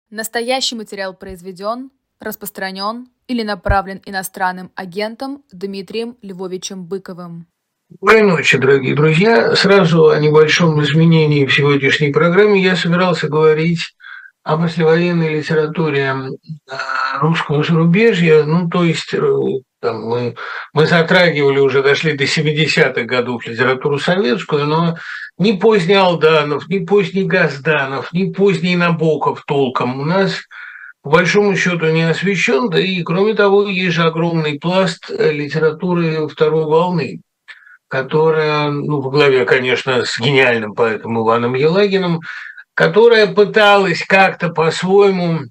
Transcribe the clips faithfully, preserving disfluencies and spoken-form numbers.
Настоящий материал произведен, распространен или направлен иностранным агентом Дмитрием Львовичем Быковым. Доброй ночи, дорогие друзья. Сразу о небольшом изменении в сегодняшней программе. Я собирался говорить о послевоенной литературе русского зарубежья. Ну, то есть там, мы, мы затрагивали, уже дошли до семидесятых годов литературу советскую, но ни поздний Алданов, ни поздний Газданов, ни поздний Набоков толком у нас по большому счету не освещен, да и кроме того, есть же огромный пласт литературы второй волны, которая, ну, во главе, конечно, с гениальным поэтом Иваном Елагиным, которая пыталась как-то по-своему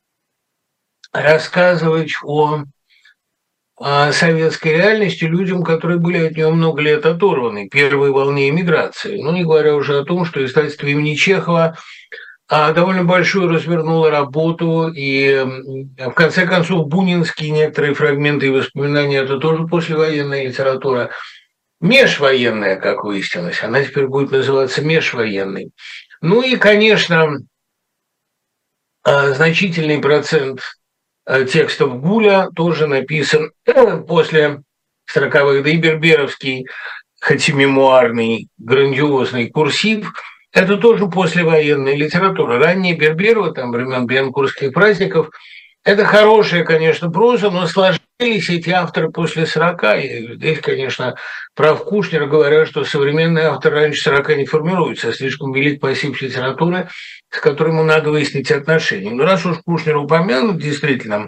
рассказывать о, о советской реальности людям, которые были от нее много лет оторваны, первой волне эмиграции. Ну, не говоря уже о том, что издательство имени Чехова а довольно большую развернула работу, и в конце концов бунинские некоторые фрагменты и воспоминания – это тоже послевоенная литература, межвоенная, как выяснилось, она теперь будет называться межвоенной. Ну и, конечно, значительный процент текстов Гуля тоже написан после сороковых, да и Берберовский, хоть и мемуарный, грандиозный курсив – это тоже послевоенная литература. Ранняя Берберова, там, времен Бенкурских праздников, это хорошая, конечно, проза, но сложились эти авторы после сорока. И здесь, конечно, прав Кушнер, говоря, что современный автор раньше сорока не формируется, а слишком велик пассив литературы, с которым ему надо выяснить отношения. Но раз уж Кушнер упомянут, действительно,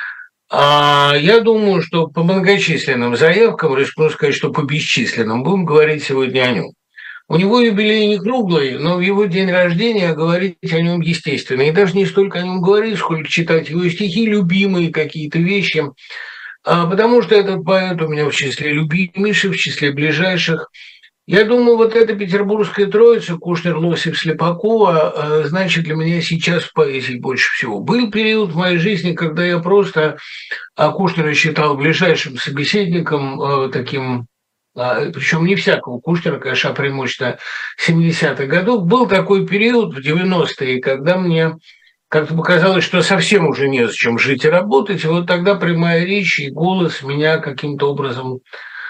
а я думаю, что по многочисленным заявкам, рискну сказать, что по бесчисленным, будем говорить сегодня о нем. У него юбилей не круглый, но в его день рождения говорить о нем естественно. И даже не столько о нем говорить, сколько читать его стихи, любимые какие-то вещи, потому что этот поэт у меня в числе любимейших, в числе ближайших. Я думаю, вот эта петербургская троица, Кушнер, Лосев, Слепакова, значит для меня сейчас в поэзии больше всего. Был период в моей жизни, когда я просто Кушнера считал ближайшим собеседником, таким... причем не всякого Кушнера, конечно, а преимущественно семидесятых годов, был такой период в девяностые, когда мне как-то показалось, что совсем уже незачем жить и работать, и вот тогда прямая речь и голос меня каким-то образом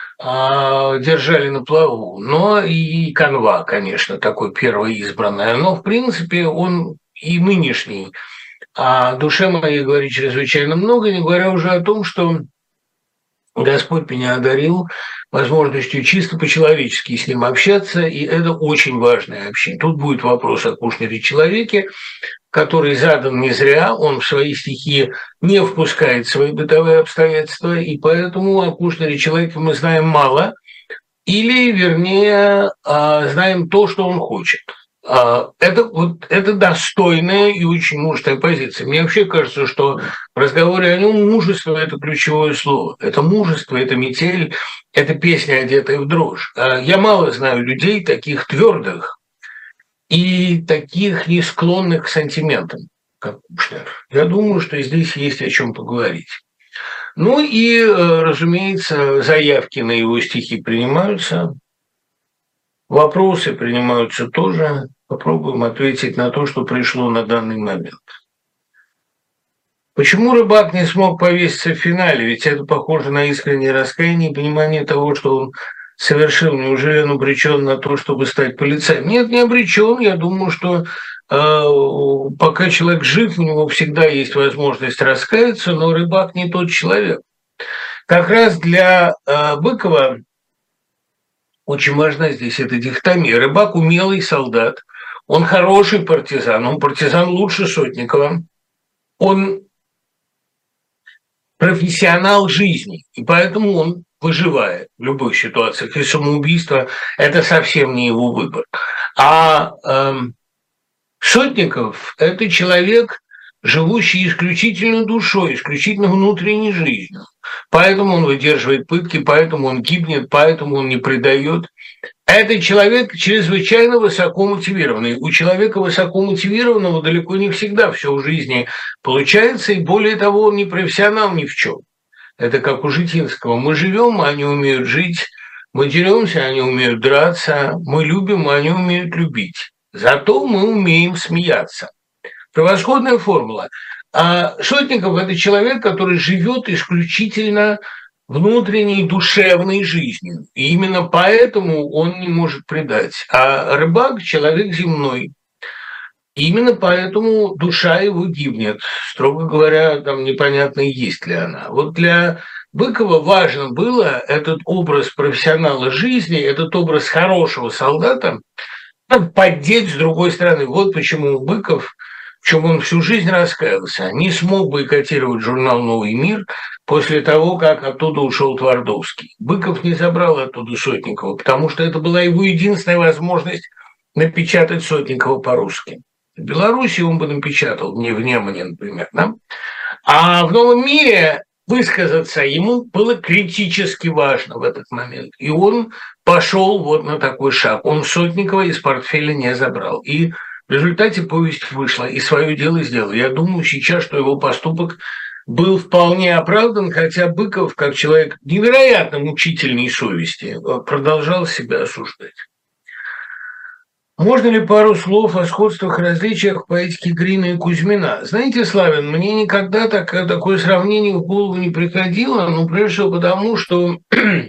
а, держали на плаву. Но и канва, конечно, такой первоизбранная, но в принципе он и нынешний. О душе моей говорит чрезвычайно много, не говоря уже о том, что Господь меня одарил возможностью чисто по-человечески с ним общаться, и это очень важное общение. Тут будет вопрос о Кушнере-человеке, который задан не зря, он в свои стихи не впускает свои бытовые обстоятельства, и поэтому о Кушнере-человеке мы знаем мало, или, вернее, знаем то, что он хочет. Это, вот, это достойная и очень мужская позиция. Мне вообще кажется, что в разговоре о нем мужество – это ключевое слово. Это мужество, это метель, это песня, одетая в дрожь. Я мало знаю людей таких твердых и таких не склонных к сантиментам, как Кушнер. Я думаю, что здесь есть о чем поговорить. Ну и, разумеется, заявки на его стихи принимаются, вопросы принимаются тоже. Попробуем ответить на то, что пришло на данный момент. Почему Рыбак не смог повеситься в финале? Ведь это похоже на искреннее раскаяние и понимание того, что он совершил. Неужели он обречен на то, чтобы стать полицаем? Нет, не обречен. Я думаю, что э, пока человек жив, у него всегда есть возможность раскаяться, но Рыбак не тот человек. Как раз для э, Быкова очень важна здесь эта дихотомия. Рыбак – умелый солдат, он хороший партизан, он партизан лучше Сотникова, он профессионал жизни, и поэтому он выживает в любых ситуациях. И самоубийство – это совсем не его выбор. А э, Сотников – это человек, живущий исключительно душой, исключительно внутренней жизнью. Поэтому он выдерживает пытки, поэтому он гибнет, поэтому он не предает. Это человек чрезвычайно высоко мотивированный. У человека высоко мотивированного далеко не всегда все в жизни получается, и более того, он не профессионал ни в чем. Это как у Житинского. Мы живем, а они умеют жить. Мы деремся, они умеют драться. Мы любим, а они умеют любить. Зато мы умеем смеяться. Превосходная формула. А Сотников – это человек, который живет исключительно внутренней душевной жизнью. И именно поэтому он не может предать. А Рыбак – человек земной. И именно поэтому душа его гибнет. Строго говоря, там непонятно, есть ли она. Вот для Быкова важно было этот образ профессионала жизни, этот образ хорошего солдата поддеть с другой стороны. Вот почему Быков, в чем он всю жизнь раскаялся, не смог бойкотировать журнал «Новый мир» после того, как оттуда ушел Твардовский. Быков не забрал оттуда Сотникова, потому что это была его единственная возможность напечатать Сотникова по-русски. В Беларуси он бы напечатал, не в Немане, например. Да? А в «Новом мире» высказаться ему было критически важно в этот момент. И он пошел вот на такой шаг. Он Сотникова из портфеля не забрал. И в результате повесть вышла и свое дело сделала. Я думаю сейчас, что его поступок был вполне оправдан, хотя Быков, как человек невероятно мучительной совести, продолжал себя осуждать. Можно ли пару слов о сходствах и различиях в поэтике Грина и Кузьмина? Знаете, Славин, мне никогда так, такое сравнение в голову не приходило, но прежде всего потому, что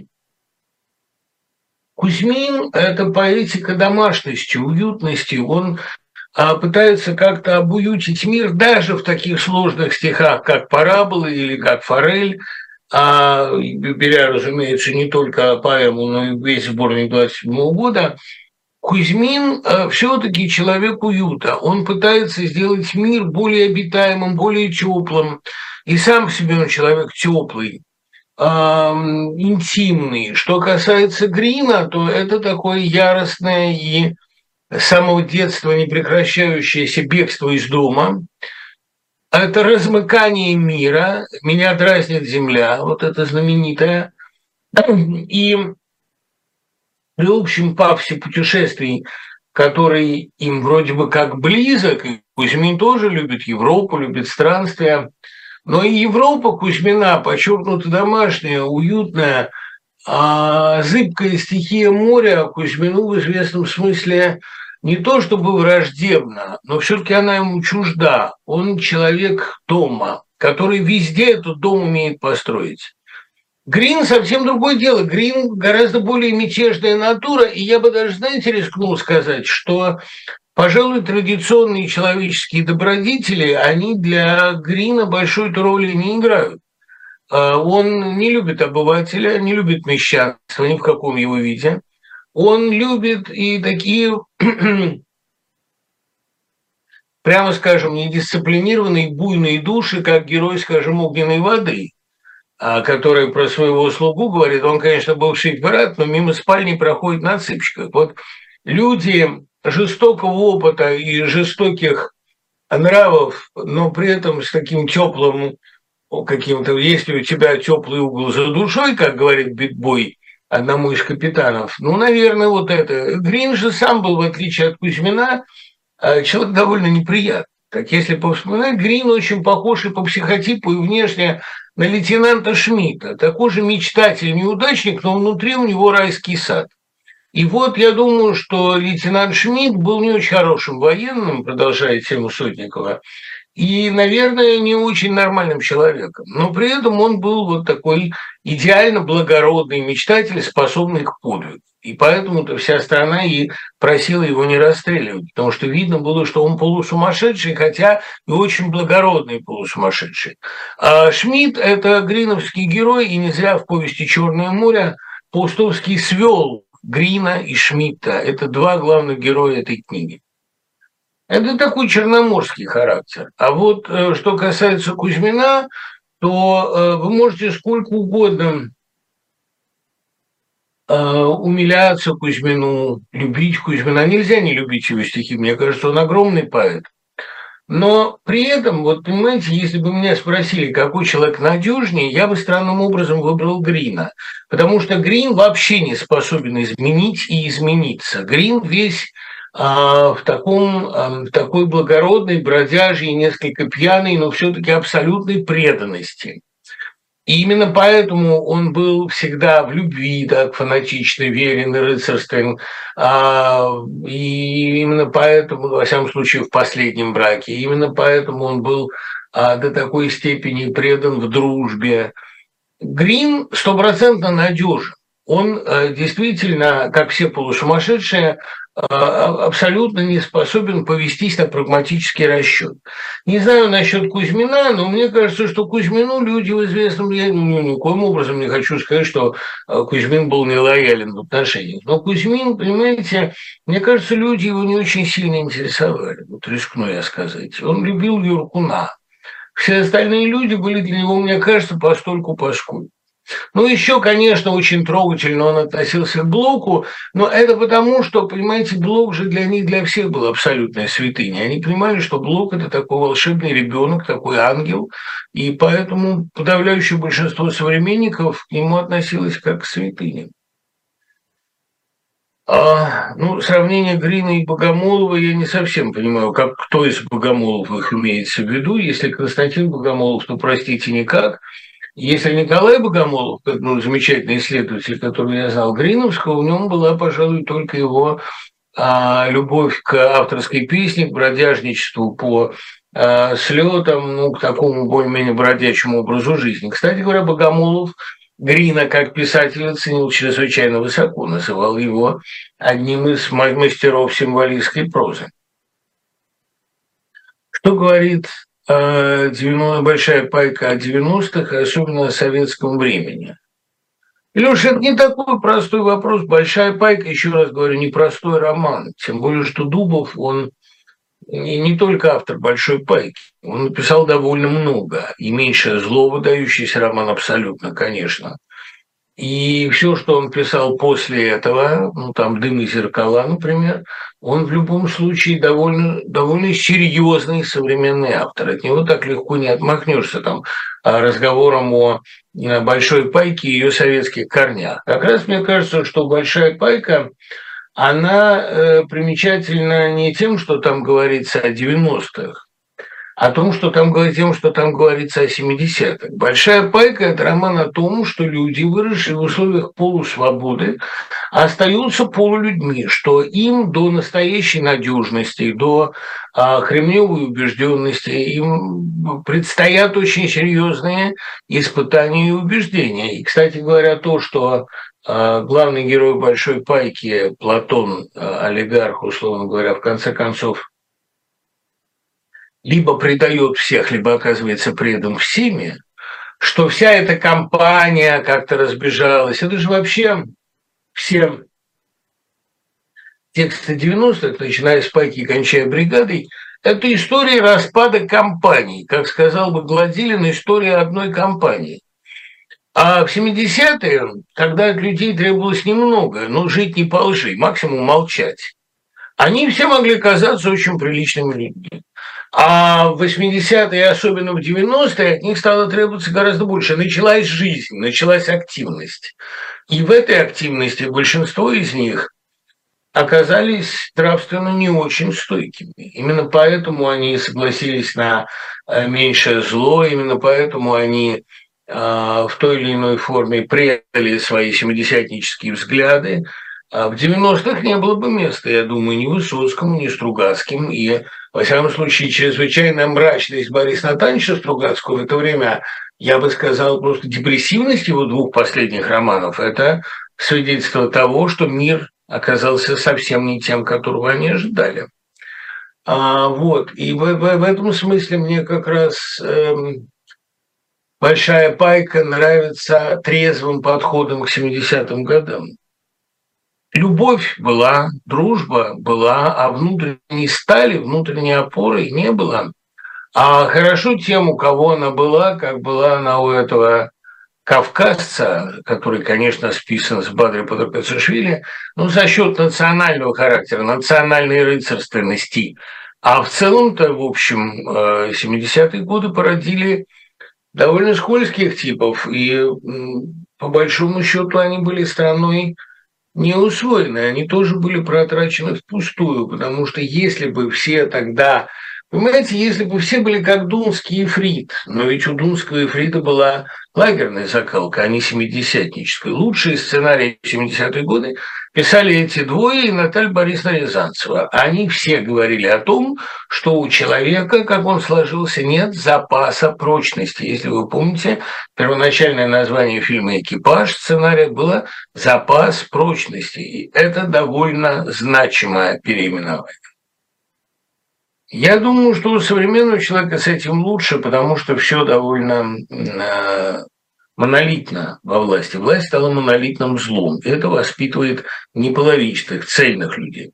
Кузьмин – это поэтика домашности, уютности. Он а, пытается как-то обуютить мир даже в таких сложных стихах, как «Параболы» или как «Форель», а, беря, разумеется, не только поэму, но и весь сборник двадцать седьмого года. Кузьмин э, все-таки человек уюта. Он пытается сделать мир более обитаемым, более теплым. И сам по себе он человек теплый, э, интимный. Что касается Грина, то это такое яростное и с самого детства непрекращающееся бегство из дома. Это размыкание мира. «Меня дразнит земля», вот это знаменитое. И при общем пафосе путешествий, который им вроде бы как близок, и Кузьмин тоже любит Европу, любит странствия, но и Европа Кузьмина подчеркнуто домашняя, уютная, а зыбкая стихия моря Кузьмину в известном смысле не то чтобы враждебна, но все-таки она ему чужда. Он человек дома, который везде этот дом умеет построить. Грин совсем другое дело. Грин гораздо более мятежная натура, и я бы даже, знаете, рискнул сказать, что, пожалуй, традиционные человеческие добродетели, они для Грина большой-то роли не играют. Он не любит обывателя, не любит мещанство ни в каком его виде. Он любит и такие, прямо скажем, недисциплинированные, буйные души, как герой, скажем, «Огненной воды», который про своего слугу говорит, он, конечно, бывший пират, но мимо спальни проходит на цыпочках. Вот люди жестокого опыта и жестоких нравов, но при этом с таким теплым каким-то, если у тебя теплый угол за душой, как говорит битбой одному из капитанов, ну, наверное, вот это. Грин же сам был, в отличие от Кузьмина, человек довольно неприятный. Так если повспоминать, Грин очень похож и по психотипу, и внешне на лейтенанта Шмидта. Такой же мечтатель-неудачник, но внутри у него райский сад. И вот я думаю, что лейтенант Шмидт был не очень хорошим военным, продолжая тему Сотникова, и, наверное, не очень нормальным человеком. Но при этом он был вот такой идеально благородный мечтатель, способный к подвигу. И поэтому-то вся страна и просила его не расстреливать, потому что видно было, что он полусумасшедший, хотя и очень благородный полусумасшедший. А Шмидт – это гриновский герой, и не зря в повести «Черное море» Паустовский свел Грина и Шмидта. Это два главных героя этой книги. Это такой черноморский характер. А вот что касается Кузьмина, то вы можете сколько угодно умиляться Кузьмину, любить Кузьмина. Нельзя не любить его стихи. Мне кажется, он огромный поэт. Но при этом, вот понимаете, если бы меня спросили, какой человек надежнее, я бы странным образом выбрал Грина. Потому что Грин вообще не способен изменить и измениться. Грин весь а, в, таком, а, в такой благородной, бродяжьей, несколько пьяной, но все-таки абсолютной преданности. И именно поэтому он был всегда в любви, так фанатично верен и рыцарствен. А, и именно поэтому, во всяком случае, в последнем браке, именно поэтому он был а, до такой степени предан в дружбе. Грин стопроцентно надежен. Он э, действительно, как все полусумасшедшие, э, абсолютно не способен повестись на прагматический расчет. Не знаю насчет Кузьмина, но мне кажется, что Кузьмину люди в известном... Я ну, никоим образом не хочу сказать, что э, Кузьмин был нелоялен в отношениях. Но Кузьмин, понимаете, мне кажется, люди его не очень сильно интересовали. Вот рискну я сказать. Он любил Юркуна. Все остальные люди были для него, мне кажется, постольку-поскольку. Ну, еще, конечно, очень трогательно он относился к Блоку, но это потому, что, понимаете, Блок же для них, для всех был абсолютная святыня. Они понимали, что Блок – это такой волшебный ребенок, такой ангел, и поэтому подавляющее большинство современников к нему относилось как к святыне. А, ну, сравнение Грина и Богомолова я не совсем понимаю, как кто из Богомоловых имеется в виду. Если Константин Богомолов, то, простите, никак. Если Николай Богомолов, как ну, замечательный исследователь, который я знал, Гриновского, в нем была, пожалуй, только его а, любовь к авторской песне, к бродяжничеству по а, слетам, ну, к такому более-менее бродячему образу жизни. Кстати говоря, Богомолов Грина как писателя ценил чрезвычайно высоко, называл его одним из мастеров символистской прозы. Что говорит большая пайка о девяностых, особенно о советском времени? Илюша, это не такой простой вопрос. Большая пайка, еще раз говорю, непростой роман. Тем более, что Дубов, он и не только автор «Большой пайки». Он написал довольно много. И «Меньшее зло», выдающийся роман абсолютно, конечно. И все, что он писал после этого, ну, там «Дым и зеркала», например, он в любом случае довольно, довольно серьезный современный автор. От него так легко не отмахнешься там разговором о «Большой пайке» и ее советских корнях. Как раз мне кажется, что «Большая пайка», она э, примечательна не тем, что там говорится о девяностых, а о том, что там, тем, что там говорится о семидесятых. «Большая пайка» – это роман о том, что люди, выросшие в условиях полусвободы, остаются полулюдьми, что им до настоящей надежности, до а, кремневой убежденности им предстоят очень серьезные испытания и убеждения. И, кстати говоря, то, что а, главный герой «Большой пайки» Платон, а, олигарх, условно говоря, в конце концов, либо предает всех, либо оказывается предан всеми, что вся эта компания как-то разбежалась. Это же вообще все тексты девяностых, начиная с «Пайки» и кончая «Бригадой», это история распада компаний. Как сказал бы Гладилин, история одной компании. А в семидесятые, когда от людей требовалось немного, но жить не по лжи, максимум молчать, они все могли казаться очень приличными людьми. А в восьмидесятые, особенно в девяностые, от них стало требоваться гораздо больше. Началась жизнь, началась активность. И в этой активности большинство из них оказались нравственно не очень стойкими. Именно поэтому они согласились на меньшее зло, именно поэтому они в той или иной форме предали свои семидесятнические взгляды. А в девяностых не было бы места, я думаю, ни Высоцкому, ни Стругацким. И, во всяком случае, чрезвычайная мрачность Бориса Натановича Стругацкого в это время, я бы сказал, просто депрессивность его двух последних романов – это свидетельство того, что мир оказался совсем не тем, которого они ожидали. А, вот. И в, в, в этом смысле мне как раз эм, «Большая пайка» нравится трезвым подходом к семидесятым годам. Любовь была, дружба была, а внутренней стали, внутренней опоры не было. А хорошо тем, у кого она была, как была она у этого кавказца, который, конечно, списан с Бадри Подоркашвили, ну, за счет национального характера, национальной рыцарственности. А в целом-то, в общем, семидесятые годы породили довольно скользких типов, и по большому счету они были страной не усвоены, они тоже были протрачены впустую, потому что если бы все тогда Понимаете, если бы все были как Дунский ифрит, но ведь у Дунского ифрита была лагерная закалка, а не семидесятническая. Лучшие сценарии в семидесятые годы писали эти двое и Наталья Борисовна Рязанцева. Они все говорили о том, что у человека, как он сложился, нет запаса прочности. Если вы помните, первоначальное название фильма «Экипаж» сценария было «Запас прочности». И это довольно значимое переименование. Я думаю, что у современного человека с этим лучше, потому что все довольно э, монолитно во власти. Власть стала монолитным злом. Это воспитывает неполовичных, цельных людей.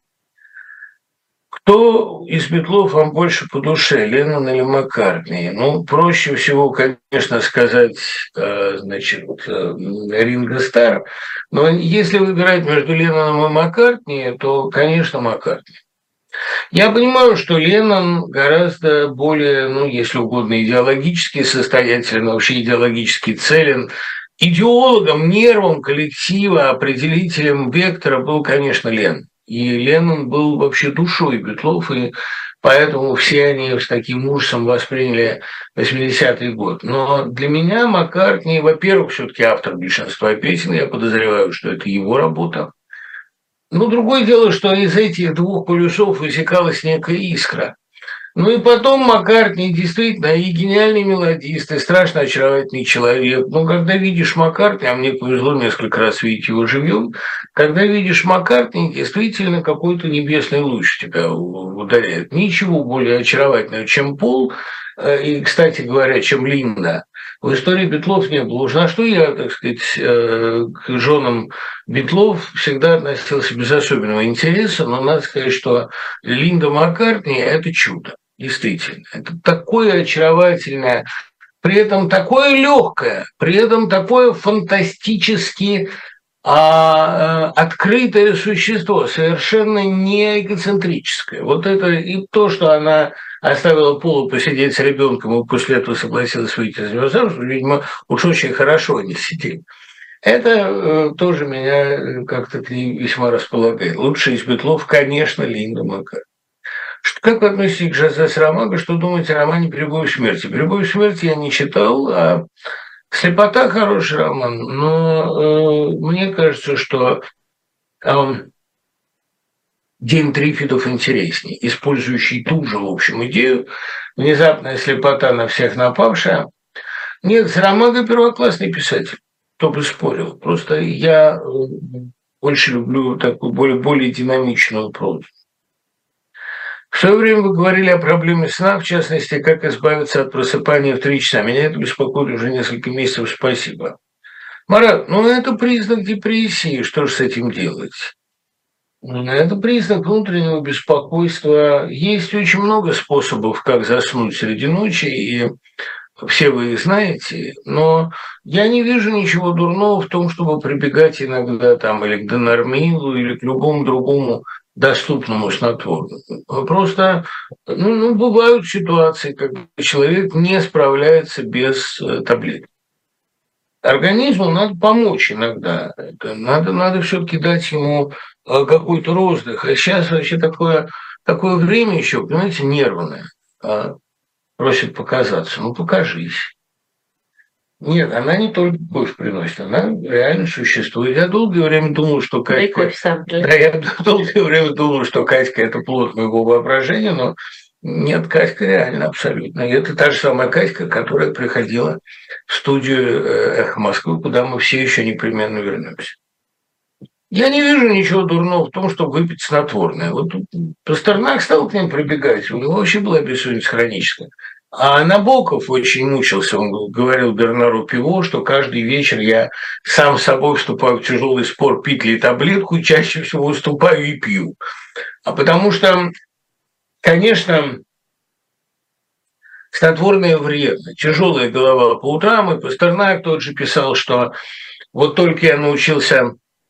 Кто из Битлов вам больше по душе, Леннон или Маккартни? Ну, проще всего, конечно, сказать, э, значит, э, Ринго Старр. Но если выбирать между Ленноном и Маккартни, то, конечно, Маккартни. Я понимаю, что Леннон гораздо более, ну, если угодно, идеологически состоятелен, вообще идеологически целен. Идеологом, нервом коллектива, определителем вектора был, конечно, Леннон. И Леннон был вообще душой Битлов, и поэтому все они с таким ужасом восприняли восьмидесятый год. Но для меня Маккартни, во-первых, все-таки автор большинства песен, я подозреваю, что это его работа. Ну, другое дело, что из этих двух полюсов высекалась некая искра. Ну и потом Маккартни действительно и гениальный мелодист, и страшно очаровательный человек. Но когда видишь Маккартни, а мне повезло несколько раз видеть его живьем, когда видишь Маккартни, действительно какой-то небесный луч тебя ударяет. Ничего более очаровательного, чем Пол, и, кстати говоря, чем Линда. В истории Битлов не было. Уж на что я, так сказать, к женам Битлов всегда относился без особенного интереса, но надо сказать, что Линда Маккартни – это чудо, действительно. Это такое очаровательное, при этом такое легкое, при этом такое фантастически а, открытое существо, совершенно не эгоцентрическое. Вот это и то, что она оставила Полу посидеть с ребенком и после этого согласилась выйти за него замуж, видимо, уж очень хорошо они сидели. Это э, тоже меня как-то весьма располагает. Лучший из Битлов, конечно, Линда Маккартни. Как вы относитесь к Жозе Сарамаго? Что думаете о романе «Перебой смерти»? «Перебой смерти» я не читал, а «Слепота» – хороший роман, но э, мне кажется, что э, День Триффидов интереснее, использующий ту же, в общем, идею, внезапная слепота на всех напавшая. Нет, Сарамаго первоклассный писатель, кто бы спорил. Просто я больше люблю такую более, более динамичную прозу. В свое время вы говорили о проблеме сна, в частности, как избавиться от просыпания в три часа. Меня это беспокоит уже несколько месяцев, спасибо. Марат, ну это признак депрессии, что же с этим делать? Это признак внутреннего беспокойства. Есть очень много способов, как заснуть среди ночи, и все вы их знаете, но я не вижу ничего дурного в том, чтобы прибегать иногда там или к донормилу, или к любому другому доступному снотворному. Просто ну, ну, бывают ситуации, когда человек не справляется без таблеток. Организму надо помочь иногда. Это надо, надо все-таки дать ему какой-то роздых. А сейчас вообще такое, такое время еще, понимаете, нервное. Просит показаться. Ну, покажись. Нет, она не только кофе приносит, она реально существует. Я долгое время думал, что Катька... Да, я долгое время думал, что Катька – это плод моего воображения, но нет, Катька реально абсолютно. И это та же самая Катька, которая приходила в студию «Эхо Москвы», куда мы все еще непременно вернемся. Я не вижу ничего дурного в том, чтобы выпить снотворное. Вот Пастернак стал к ним прибегать, у него вообще была бессонница хроническая. А Набоков очень мучился, он говорил Бернару Пиво, что каждый вечер я сам с собой вступаю в тяжелый спор, пить ли таблетку, и чаще всего выступаю и пью. А потому что, конечно, снотворное вредно, тяжелая голова по утрам, и Пастернак тот же писал, что вот только я научился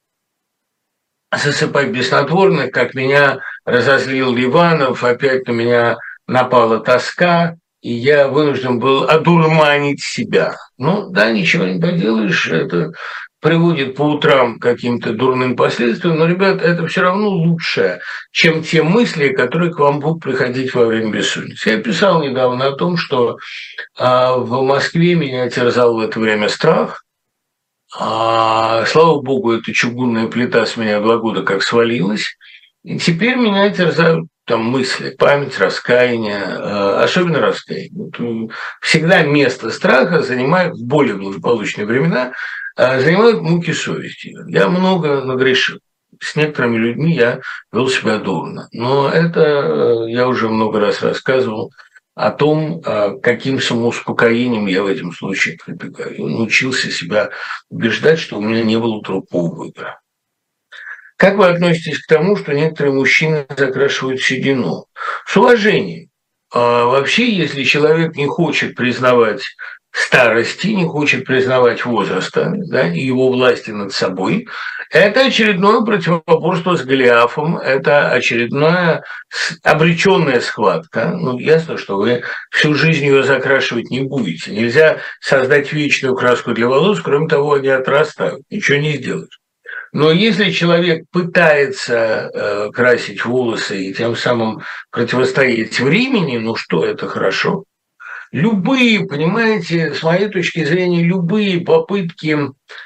засыпать без снотворных, как меня разозлил Ливанов, опять на меня напала тоска, и я вынужден был одурманить себя. Ну да, ничего не поделаешь, это приводит по утрам к каким-то дурным последствиям, но, ребят, это все равно лучше, чем те мысли, которые к вам будут приходить во время бессонницы. Я писал недавно о том, что а, в Москве меня терзал в это время страх. А, слава богу, эта чугунная плита с меня два года как свалилась. И теперь меня терзают там мысли, память, раскаяние, особенно раскаяние. Всегда место страха занимает в более благополучные времена, занимают муки совести. Я много нагрешил. С некоторыми людьми я вел себя дурно. Но это я уже много раз рассказывал о том, каким самоуспокоением я в этом случае прибегаю. Я научился себя убеждать, что у меня не было другого выбора. Как вы относитесь к тому, что некоторые мужчины закрашивают седину? С уважением. А вообще, если человек не хочет признавать старости, не хочет признавать возраста, да, и его власти над собой, это очередное противоборство с Голиафом, это очередная обреченная схватка. Ну, ясно, что вы всю жизнь ее закрашивать не будете. Нельзя создать вечную краску для волос, кроме того, они отрастают, ничего не сделаешь. Но если человек пытается э, красить волосы и тем самым противостоять времени, ну что, это хорошо. Любые, понимаете, с моей точки зрения, любые попытки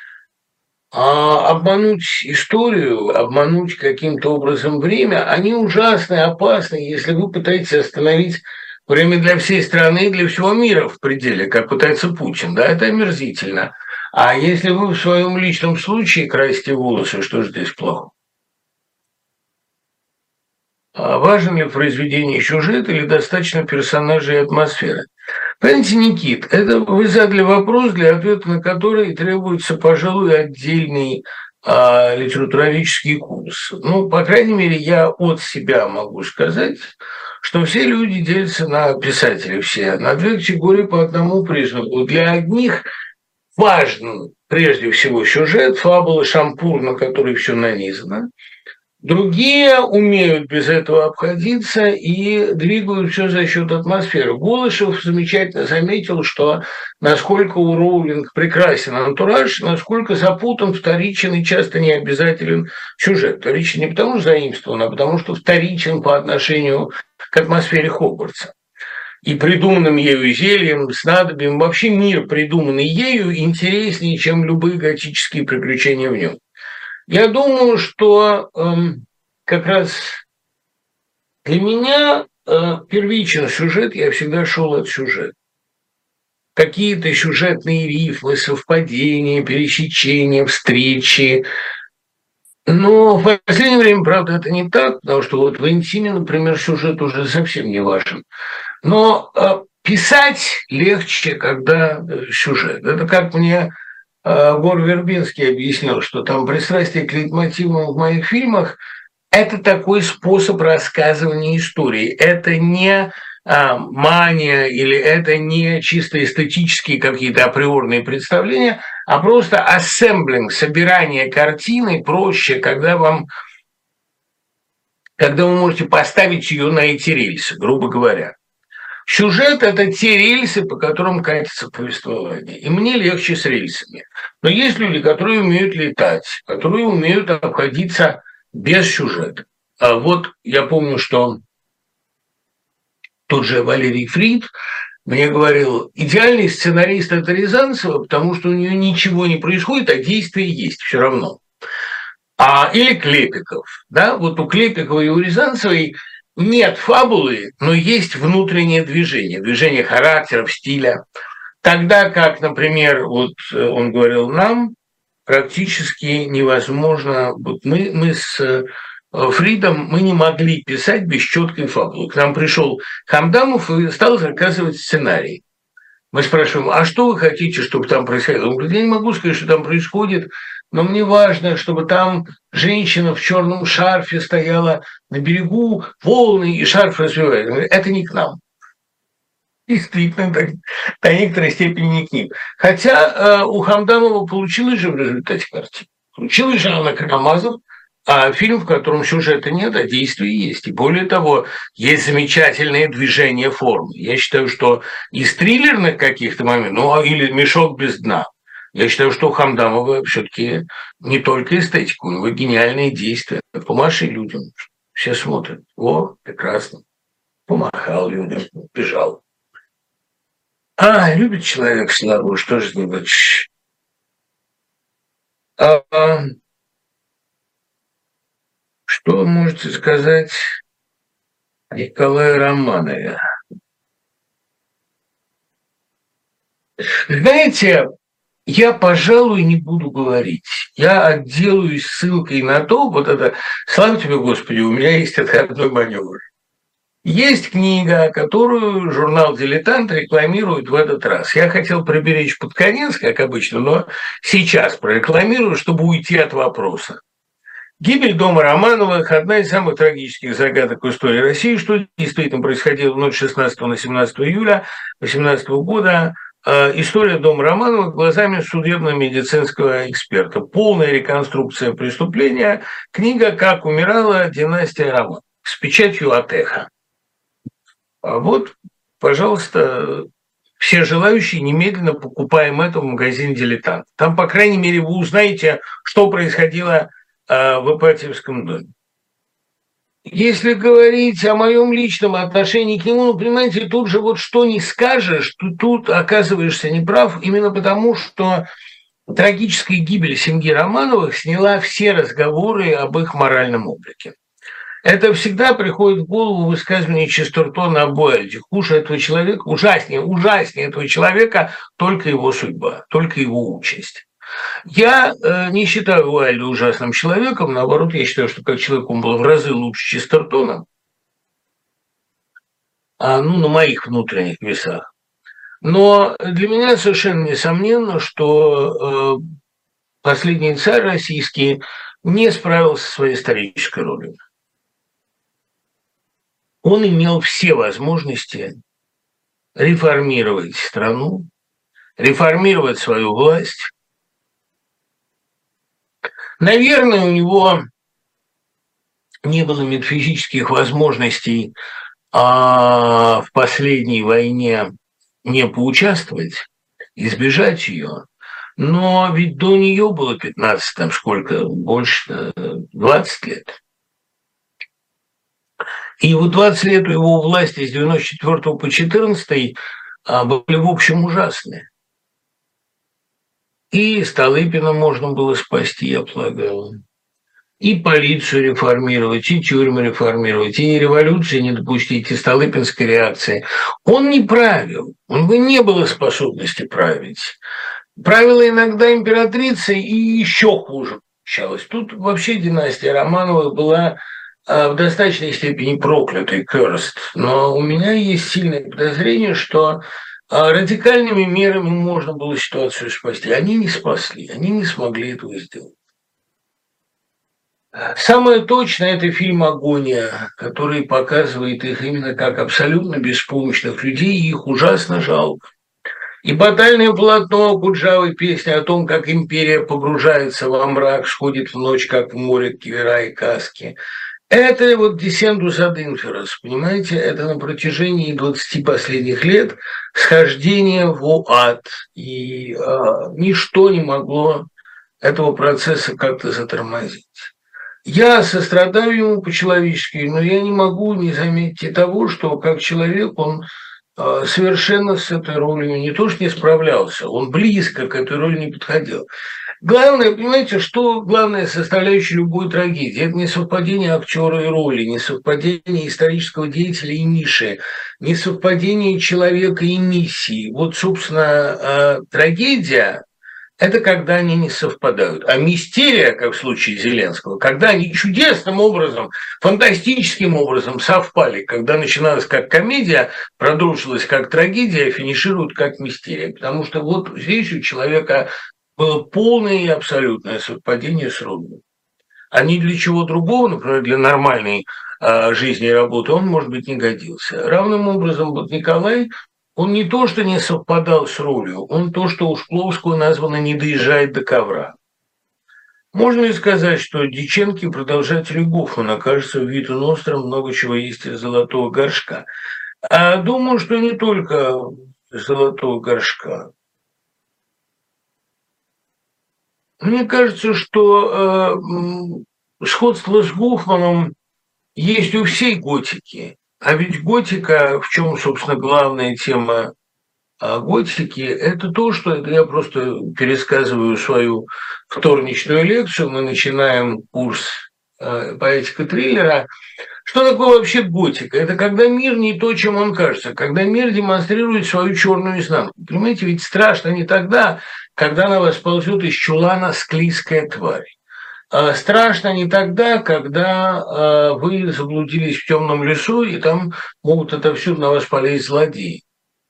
а, обмануть историю, обмануть каким-то образом время, они ужасны, опасны, если вы пытаетесь остановить время для всей страны и для всего мира в пределе, как пытается Путин. Да, это омерзительно. А если вы в своем личном случае красите волосы, что же здесь плохо? А важен ли в произведении сюжет или достаточно персонажей и атмосферы? Понимаете, Никит, это вы задали вопрос, для ответа на который требуется, пожалуй, отдельный а, литературоведческий курс. Ну, по крайней мере, я от себя могу сказать, что все люди делятся на писатели все, на две категории по одному признаку. Для одних важен прежде всего сюжет, фабула, шампур, на который все нанизано. Другие умеют без этого обходиться и двигают все за счет атмосферы. Голышев замечательно заметил, что насколько у Роулинг прекрасен антураж, насколько запутан, вторичен и часто не обязателен сюжет. Вторичен не потому, что заимствован, а потому, что вторичен по отношению к атмосфере Хогвартса. И придуманным ею зельем, снадобьем, вообще мир, придуманный ею, интереснее, чем любые готические приключения в нем. Я думаю, что э, как раз для меня э, первичен сюжет, я всегда шел от сюжета. Какие-то сюжетные рифмы, совпадения, пересечения, встречи. Но в последнее время, правда, это не так, потому что вот в «Интиме», например, сюжет уже совсем не важен. Но э, писать легче, когда э, сюжет. Это как мне э, Гор Вербинский объяснил, что там пристрастие к лейтмотивам в моих фильмах – это такой способ рассказывания истории. Это не э, мания или это не чисто эстетические какие-то априорные представления, а просто ассемблинг, собирание картины проще, когда вам, когда вы можете поставить ее на эти рельсы, грубо говоря. Сюжет – это те рельсы, по которым катится повествование. И мне легче с рельсами. Но есть люди, которые умеют летать, которые умеют обходиться без сюжета. А вот я помню, что тот же Валерий Фрид мне говорил, идеальный сценарист – это Рязанцева, потому что у нее ничего не происходит, а действие есть все равно. А, или Клепиков. Да? Вот у Клепикова и у Рязанцевой нет фабулы, но есть внутреннее движение, движение характеров, стиля. Тогда как, например, вот он говорил нам, практически невозможно. Вот мы, мы с Фридом мы не могли писать без четкой фабулы. К нам пришел Хамдамов и стал заказывать сценарий. Мы спрашиваем, а что вы хотите, чтобы там происходило? Он говорит, я не могу сказать, что там происходит, но мне важно, чтобы там женщина в черном шарфе стояла на берегу, волны и шарф развивается. Это не к нам. Действительно, до, до некоторой степени не к ним. Хотя э, у Хамдамова получилось же в результате картины. Получилось же Анна Карамазов, а фильм, в котором сюжета нет, а действия есть. И более того, есть замечательное движение формы. Я считаю, что из триллерных каких-то моментов, ну или «Мешок без дна», Я считаю, что у Хамдамова все-таки не только эстетика, у него гениальные действия. Помаши людям, все смотрят. О, прекрасно. Помахал людям, бежал. А, любит человек славу, что же не хочешь. А, а, что вы можете сказать о Николае Романове? Знаете, я, пожалуй, не буду говорить. Я отделаюсь ссылкой на то, вот это, слава тебе, Господи, у меня есть отходной маневр. Есть книга, которую журнал «Дилетант» рекламирует в этот раз. Я хотел приберечь под конец, как обычно, но сейчас прорекламирую, чтобы уйти от вопроса. Гибель дома Романовых – одна из самых трагических загадок в истории России, что действительно происходило в ночь шестнадцатого на семнадцатое июля две тысячи восемнадцатого года. История дома Романовых глазами судебно-медицинского эксперта. Полная реконструкция преступления. Книга «Как умирала династия Романовых» с печатью от «Эхо». А вот, пожалуйста, все желающие немедленно покупаем это в магазине «Дилетант». Там, по крайней мере, вы узнаете, что происходило в Ипатьевском доме. Если говорить о моем личном отношении к нему, ну, понимаете, тут же вот что не скажешь, то тут оказываешься неправ, именно потому, что трагическая гибель семьи Романовых сняла все разговоры об их моральном облике. Это всегда приходит в голову высказывание Честертона об Уайльде. Хуже этого человека, ужаснее, ужаснее этого человека только его судьба, только его участь. Я э, не считаю Уайльда ужасным человеком, наоборот, я считаю, что как человек он был в разы лучше Честертона, а, ну, на моих внутренних весах. Но для меня совершенно несомненно, что э, последний царь российский не справился со своей исторической ролью. Он имел все возможности реформировать страну, реформировать свою власть. Наверное, у него не было метафизических возможностей а в последней войне не поучаствовать, избежать ее. Но ведь до нее было пятнадцать, там сколько, больше, двадцать лет. И вот двадцать лет у его власти с девяносто четвёртого по четырнадцатый были, в общем, ужасные. И Столыпина можно было спасти, я полагаю. И полицию реформировать, и тюрьмы реформировать, и революции не допустить, и столыпинской реакции. Он не правил, у него не было способности править. Правила иногда императрицы, и еще хуже получалось. Тут вообще династия Романовых была в достаточной степени проклятой, cursed. Но у меня есть сильное подозрение, что радикальными мерами можно было ситуацию спасти. Они не спасли, они не смогли этого сделать. Самое точное – это фильм «Агония», который показывает их именно как абсолютно беспомощных людей, и их ужасно жалко. И батальное полотно Куджавы, песня о том, как империя погружается во мрак, сходит в ночь, как в море, кивера и каски. Это вот «Descendus ad inferos», понимаете, это на протяжении двадцати последних лет схождение в ад, и а, ничто не могло этого процесса как-то затормозить. Я сострадаю ему по-человечески, но я не могу не заметить и того, что как человек он а, совершенно с этой ролью не то что не справлялся, он близко к этой роли не подходил. Главное, понимаете, что главная составляющая любой трагедии – это не совпадение актера и роли, не совпадение исторического деятеля и ниши, не совпадение человека и миссии. Вот, собственно, трагедия – это когда они не совпадают. А мистерия, как в случае Зеленского, когда они чудесным образом, фантастическим образом совпали, когда начиналась как комедия, продолжилась как трагедия, финишируют как мистерия. Потому что вот здесь у человека было полное и абсолютное совпадение с родиной. А ни для чего другого, например, для нормальной э, жизни и работы, он, может быть, не годился. Равным образом, вот Николай, он не то, что не совпадал с ролью, он то, что у Шкловского названо «не доезжает до ковра». Можно ли сказать, что Дьяченко продолжатель Гофмана, кажется, в Виту Ностром много чего есть из «Золотого горшка». А думаю, что не только «Золотого горшка». Мне кажется, что э, сходство с Гофманом есть у всей готики. А ведь готика, в чем, собственно, главная тема а готики – это то, что это я просто пересказываю свою вторничную лекцию. Мы начинаем курс э, поэтика триллера. Что такое вообще готика? Это когда мир не то, чем он кажется, когда мир демонстрирует свою черную изнанку. Понимаете, ведь страшно не тогда, когда на вас ползет из чулана склизкая тварь. А страшно не тогда, когда а, вы заблудились в темном лесу, и там могут отовсюду на вас полезть злодеи.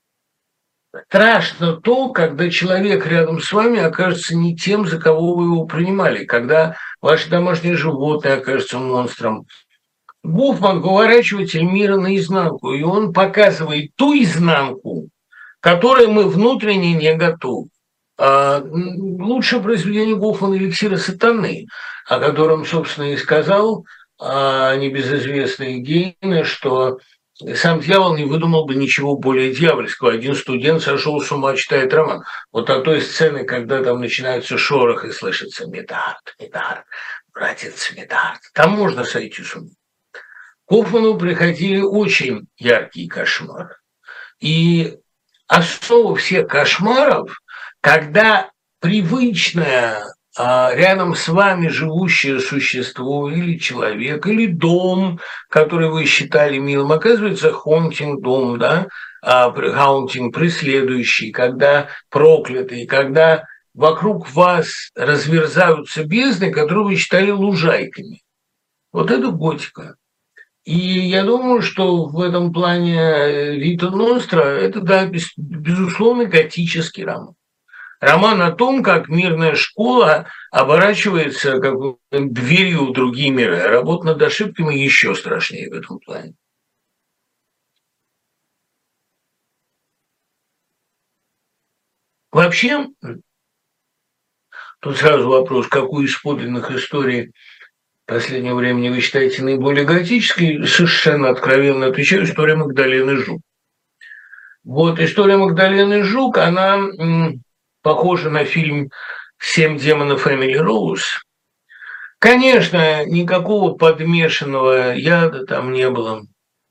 Страшно то, когда человек рядом с вами окажется не тем, за кого вы его принимали, когда ваше домашнее животное окажется монстром. Гофман – выворачиватель мира наизнанку, и он показывает ту изнанку, которой мы внутренне не готовы. А лучшее произведение Гофмана «Эликсира сатаны», о котором, собственно, и сказал а, небезызвестный Гейне, что сам дьявол не выдумал бы ничего более дьявольского. Один студент сошел с ума, читает роман. Вот от той сцены, когда там начинается шорох и слышится «Медард, Медард, братец Медард», там можно сойти с ума. К Гофману приходили очень яркие кошмары. И основа всех кошмаров, когда привычное а, рядом с вами живущее существо или человек, или дом, который вы считали милым, оказывается хонтинг дом, да, хаунтинг, преследующий, когда проклятый, когда вокруг вас разверзаются бездны, которые вы считали лужайками. Вот это готика. И я думаю, что в этом плане Вита Ностра – это, да, без, безусловно, готический роман. Роман о том, как мирная школа оборачивается как бы дверью в другие миры. Работа над ошибками еще страшнее в этом плане. Вообще, тут сразу вопрос, какую из подлинных историй последнего времени вы считаете наиболее готической? Совершенно откровенно отвечаю, история Магдалены Жук. Вот история Магдалены Жук, она м, похожа на фильм «Семь демонов Эмили Роуз». Конечно, никакого подмешанного яда там не было.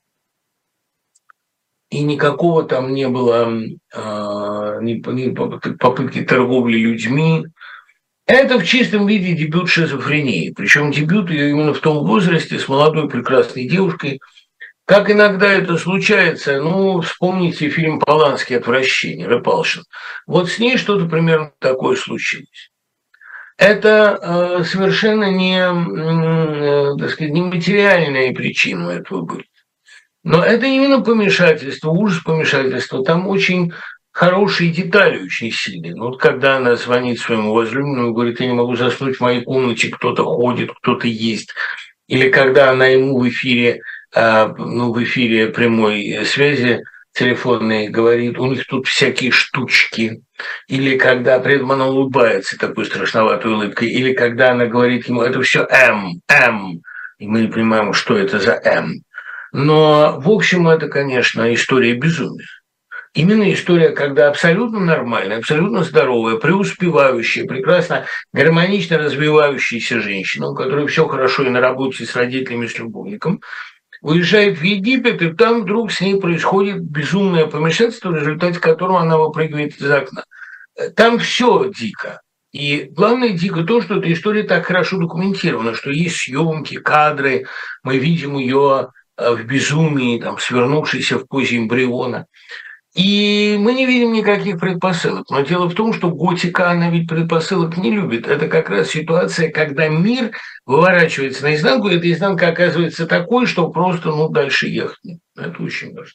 И никакого там не было э, ни, ни попытки торговли людьми. Это в чистом виде дебют шизофрении. Причем дебют ее именно в том возрасте с молодой прекрасной девушкой. Как иногда это случается, ну, вспомните фильм «Поланский. Отвращение», Репалшин. Вот с ней что-то примерно такое случилось. Это э, совершенно не, э, так сказать, не материальная причина этого были. Но это именно помешательство, ужас помешательства. Там очень хорошие детали, очень сильные. Ну, вот когда она звонит своему возлюбленному и говорит, я не могу заснуть в моей комнате, кто-то ходит, кто-то есть. Или когда она ему в эфире, ну, в эфире прямой связи телефонной говорит, у них тут всякие штучки. Или когда при этом она улыбается такой страшноватой улыбкой. Или когда она говорит ему, это все М, М. И мы не понимаем, что это за М. Но, в общем, это, конечно, история безумия. Именно история, когда абсолютно нормальная, абсолютно здоровая, преуспевающая, прекрасно, гармонично развивающаяся женщина, у которой все хорошо и на работе, и с родителями, и с любовником, уезжает в Египет, и там вдруг с ней происходит безумное помешательство, в результате которого она выпрыгивает из окна. Там все дико. И главное дико то, что эта история так хорошо документирована, что есть съемки, кадры, мы видим ее в безумии, там, свернувшейся в позе эмбриона. И мы не видим никаких предпосылок. Но дело в том, что готика, она ведь предпосылок не любит. Это как раз ситуация, когда мир выворачивается наизнанку, и эта изнанка оказывается такой, что просто, ну, дальше ехать нет. Это очень важно.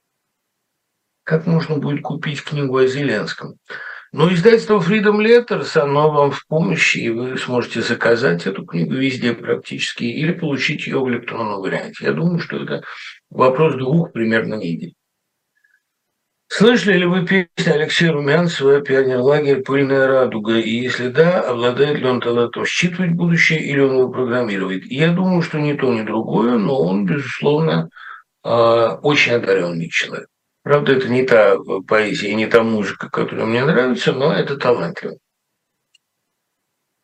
Как можно будет купить книгу о Зеленском? Но издательство Freedom Letters, оно вам в помощи, и вы сможете заказать эту книгу везде практически или получить ее в электронном варианте. Я думаю, что это вопрос двух примерно недель. Слышали ли вы песню Алексея Румянцева «Пионерлагерь. Пыльная радуга»? И если да, обладает ли он талантом считывать будущее или он его программирует? Я думаю, что ни то, ни другое, но он, безусловно, очень одаренный человек. Правда, это не та поэзия, не та музыка, которая мне нравится, но это талантливо.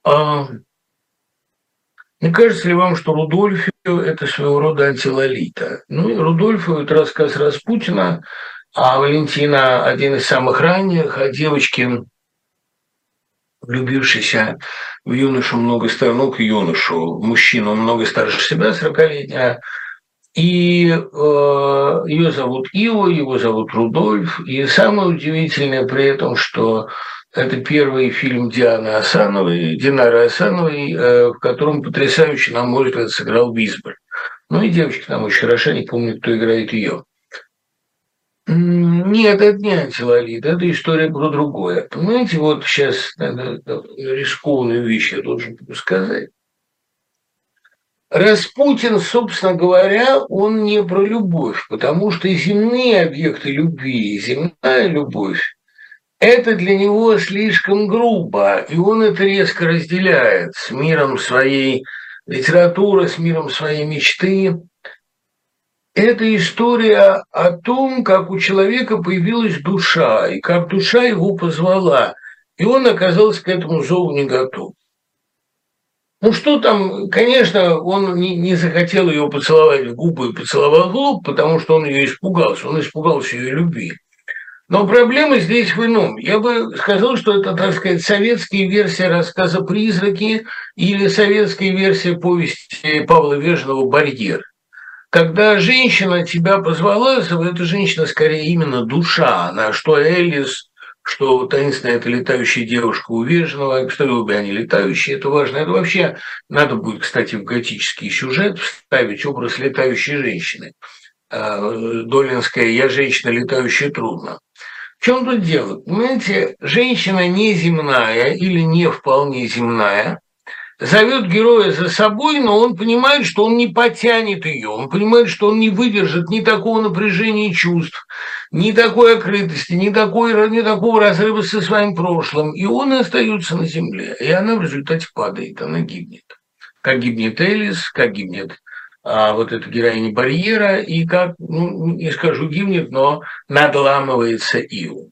А не кажется ли вам, что Рудольфио – это своего рода антилолита? Ну, и Рудольфио – это рассказ Распутина, а Валентина – один из самых ранних, а девочки, влюбившийся в юношу много старше, ну, к юношу, мужчину много старше себя, сорокалетняя, и э, ее зовут Ио, его зовут Рудольф. И самое удивительное при этом, что это первый фильм Дианы Асановой, Динары Асановой, э, в котором потрясающе, на мой взгляд, сыграл Висбор. Ну и девочка там очень хороша, не помню, кто играет ее. Нет, это не антилолит, это история про другое. Понимаете, вот сейчас надо, рискованную вещь я должен сказать. Распутин, собственно говоря, он не про любовь, потому что земные объекты любви, земная любовь, это для него слишком грубо, и он это резко разделяет с миром своей литературы, с миром своей мечты. Это история о том, как у человека появилась душа, и как душа его позвала, и он оказался к этому зову не готов. Ну что там, конечно, он не, не захотел ее поцеловать в губы и поцеловал в лоб, потому что он ее испугался, он испугался ее любви. Но проблема здесь в ином. Я бы сказал, что это, так сказать, советская версия рассказа «Призраки» или советская версия повести Павла Вежного «Барьер». Когда женщина тебя позвала, эта женщина скорее именно душа, она что Элис, что таинственная эта летающая девушка у Вежного, что обе они летающие, это важно. Это вообще надо будет, кстати, в готический сюжет вставить образ летающей женщины. Долинская «Я женщина, летающая трудно». В чем тут дело? Понимаете, женщина неземная или не вполне земная зовет героя за собой, но он понимает, что он не потянет ее, он понимает, что он не выдержит ни такого напряжения чувств, ни такой открытости, ни, такой, ни такого разрыва со своим прошлым, и он остается на земле, и она в результате падает, она гибнет. Как гибнет Элис, как гибнет а, вот эта героиня Барьера, и как, ну, не скажу гибнет, но надламывается Ио.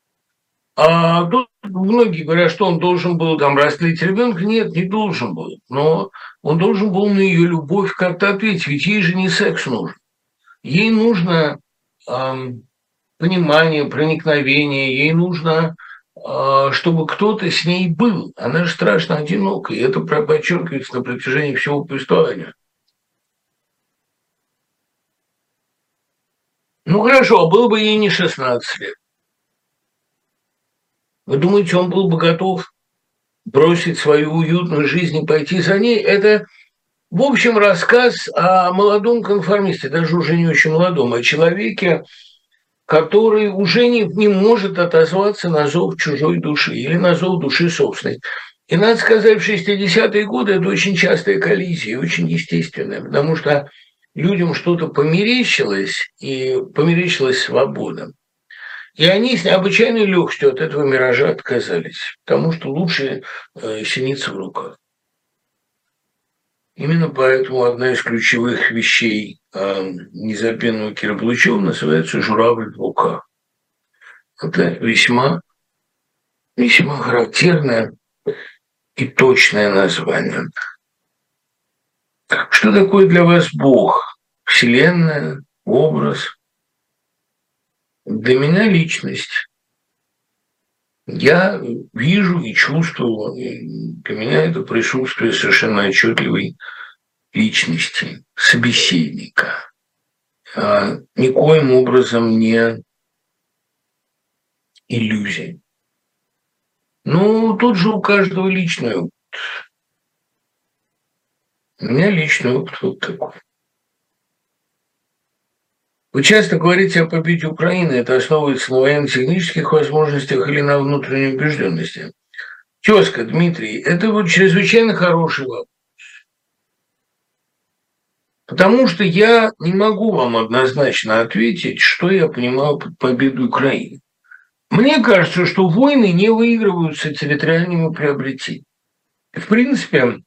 А тут многие говорят, что он должен был там растлить ребенка. Нет, не должен был. Но он должен был на ее любовь как-то ответить. Ведь ей же не секс нужен. Ей нужно эм, понимание, проникновение. Ей нужно, э, чтобы кто-то с ней был. Она же страшно одинока. И это подчеркивается на протяжении всего повествования. Ну хорошо, было бы ей не шестнадцать лет. Вы думаете, он был бы готов бросить свою уютную жизнь и пойти за ней? Это, в общем, рассказ о молодом конформисте, даже уже не очень молодом, о человеке, который уже не, не может отозваться на зов чужой души или на зов души собственной. И надо сказать, в шестидесятые годы это очень частая коллизия, очень естественная, потому что людям что-то померещилось, и померещилась свобода. И они с необычайной легкостью от этого миража отказались, потому что лучше э, синица в руках. Именно поэтому одна из ключевых вещей э, незабвенного Кира Булычева называется «Журавль в руках». Это весьма, весьма характерное и точное название. Что такое для вас Бог? Вселенная, образ? Для меня личность. Я вижу и чувствую, и для меня это присутствие совершенно отчетливой личности, собеседника. А никоим образом не иллюзия. Ну, тут же у каждого личный опыт. У меня личный опыт вот такой. Вы часто говорите о победе Украины. Это основывается на военно-технических возможностях или на внутренней убежденности? Тезка, Дмитрий, это вот чрезвычайно хороший вопрос. Потому что я не могу вам однозначно ответить, что я понимаю под победой Украины. Мне кажется, что войны не выигрываются территориальными приобретениями. В принципе,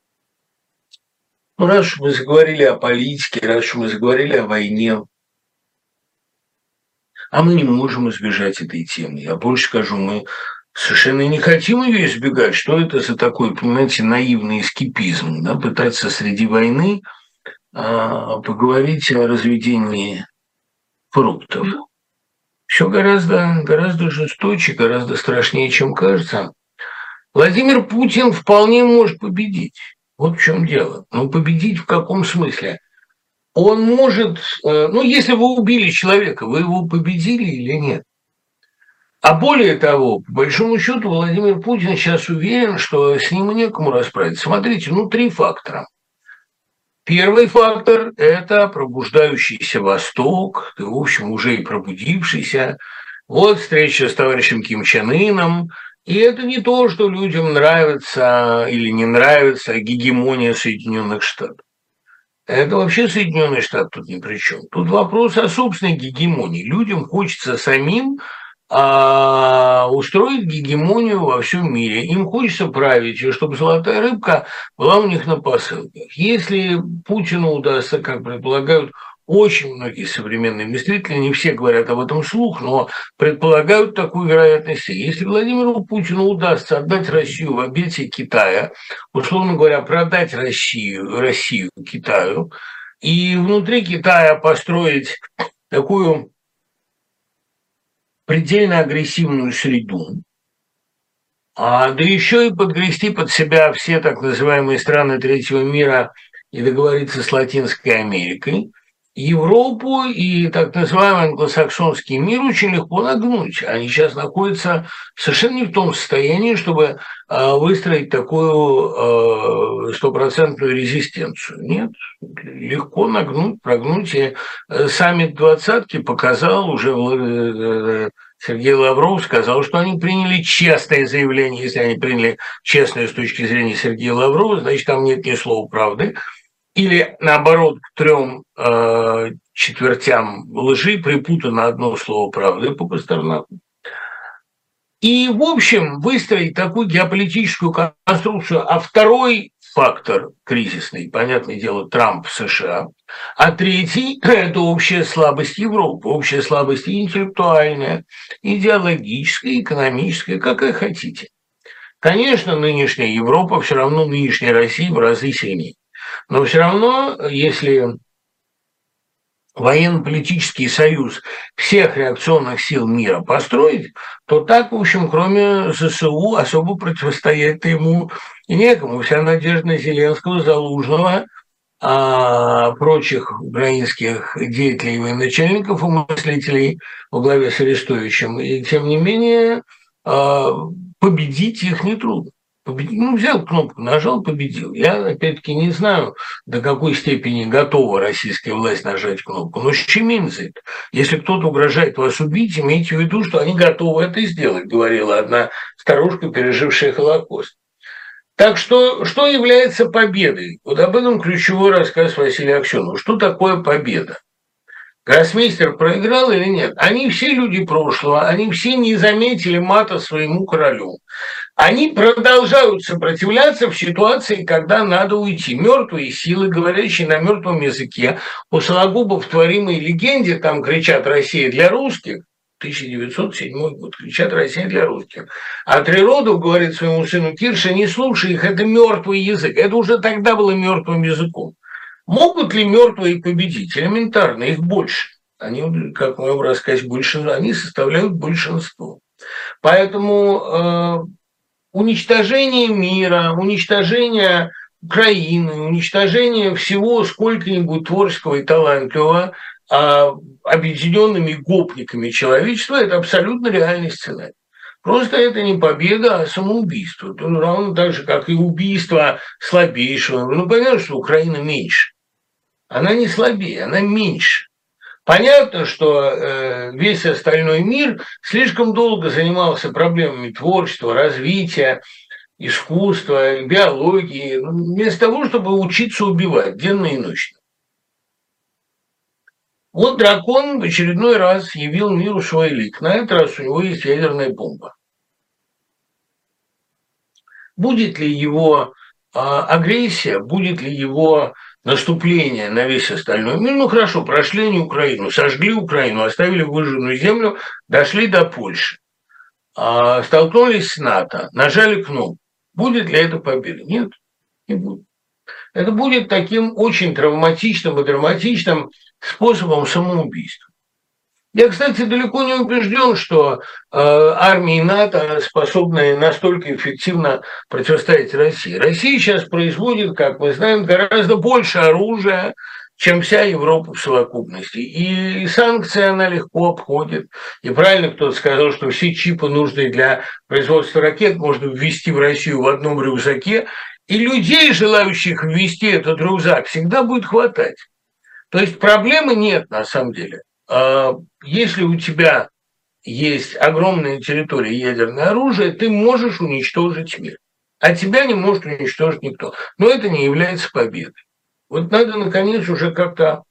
ну, раз уж мы заговорили о политике, раз уж мы заговорили о войне, а мы не можем избежать этой темы. Я больше скажу, мы совершенно не хотим ее избегать. Что это за такой, понимаете, наивный эскепизм, да, пытаться среди войны а, поговорить о разведении фруктов. Все гораздо, гораздо жесточе, гораздо страшнее, чем кажется. Владимир Путин вполне может победить. Вот в чем дело. Но победить в каком смысле? Он может, ну, если вы убили человека, вы его победили или нет? А более того, по большому счету, Владимир Путин сейчас уверен, что с ним некому расправиться. Смотрите, ну, три фактора. Первый фактор – это пробуждающийся Восток, в общем, уже и пробудившийся. Вот встреча с товарищем Ким Чен Ыном. И это не то, что людям нравится или не нравится гегемония Соединенных Штатов. Это вообще Соединенные Штаты тут ни при чем. Тут вопрос о собственной гегемонии. Людям хочется самим а, устроить гегемонию во всем мире. Им хочется править, и чтобы золотая рыбка была у них на посылках. Если Путину удастся, как предполагают очень многие современные мыслители, не все говорят об этом вслух, но предполагают такую вероятность. Если Владимиру Путину удастся отдать Россию в объятия Китая, условно говоря, продать Россию, Россию Китаю, и внутри Китая построить такую предельно агрессивную среду, а, да еще и подгрести под себя все так называемые страны третьего мира и договориться с Латинской Америкой, Европу и так называемый англосаксонский мир очень легко нагнуть. Они сейчас находятся совершенно не в том состоянии, чтобы выстроить такую стопроцентную резистенцию. Нет, легко нагнуть, прогнуть. И саммит двадцатки показал, уже Сергей Лавров сказал, что они приняли честное заявление. Если они приняли честное с точки зрения Сергея Лаврова, значит, там нет ни слова правды. Или, наоборот, к трем э, четвертям лжи припутано одно слово правды по Пастернаку. И, в общем, выстроить такую геополитическую конструкцию, а второй фактор кризисный, понятное дело, Трамп в США, а третий – это общая слабость Европы, общая слабость интеллектуальная, идеологическая, экономическая, какая хотите. Конечно, нынешняя Европа все равно нынешней России в разы сильнее. Но все равно, если военно-политический союз всех реакционных сил мира построить, то так, в общем, кроме ЗСУ, особо противостоять ему и некому. Вся надежда на Зеленского, Залужного, а прочих украинских деятелей и военачальников и мыслителей во главе с Арестовичем. И, тем не менее, победить их нетрудно. Ну, взял кнопку, нажал, победил. Я, опять-таки, не знаю, до какой степени готова российская власть нажать кнопку. Но щемимся это. Если кто-то угрожает вас убить, имейте в виду, что они готовы это сделать, говорила одна старушка, пережившая Холокост. Так что, что является победой? Вот об этом ключевой рассказ Василия Аксенова. Что такое победа? Гроссмейстер проиграл или нет? Они все люди прошлого, они все не заметили мата своему королю. Они продолжают сопротивляться в ситуации, когда надо уйти. Мертвые силы, говорящие на мертвом языке, у Сологуба в творимой легенде, там кричат «Россия для русских», тысяча девятьсот седьмой год, кричат «Россия для русских». А Триродов говорит своему сыну Кирше: не слушай их, это мертвый язык. Это уже тогда было мертвым языком. Могут ли мертвые победить? Элементарно, их больше. Они, как в моем рассказе, большинство, они составляют большинство. Поэтому э, уничтожение мира, уничтожение Украины, уничтожение всего сколько-нибудь творческого и талантливого э, объединенными гопниками человечества – это абсолютно реальный сценарий. Просто это не победа, а самоубийство. Ну, равно так же, как и убийство слабейшего. Ну, понятно, что Украина меньше. Она не слабее, она меньше. Понятно, что э, весь остальной мир слишком долго занимался проблемами творчества, развития, искусства, биологии, вместо того, чтобы учиться убивать денно и ночно. Вот дракон в очередной раз явил миру свой лик. На этот раз у него есть ядерная бомба. Будет ли его э, агрессия, будет ли его наступление на весь остальной мир? Ну хорошо, прошли они Украину, сожгли Украину, оставили выжженную землю, дошли до Польши. а, столкнулись с НАТО, нажали кнопку. Будет ли это победа? Нет, не будет. Это будет таким очень травматичным и драматичным способом самоубийства. Я, кстати, далеко не убежден, что э, армии НАТО способны настолько эффективно противостоять России. Россия сейчас производит, как мы знаем, гораздо больше оружия, чем вся Европа в совокупности. И санкции она легко обходит. И правильно кто-то сказал, что все чипы, нужные для производства ракет, можно ввести в Россию в одном рюкзаке. И людей, желающих ввести этот рюкзак, всегда будет хватать. То есть проблемы нет на самом деле. Если у тебя есть огромная территория ядерного оружия, ты можешь уничтожить мир. А тебя не может уничтожить никто. Но это не является победой. Вот надо, наконец, уже как-то,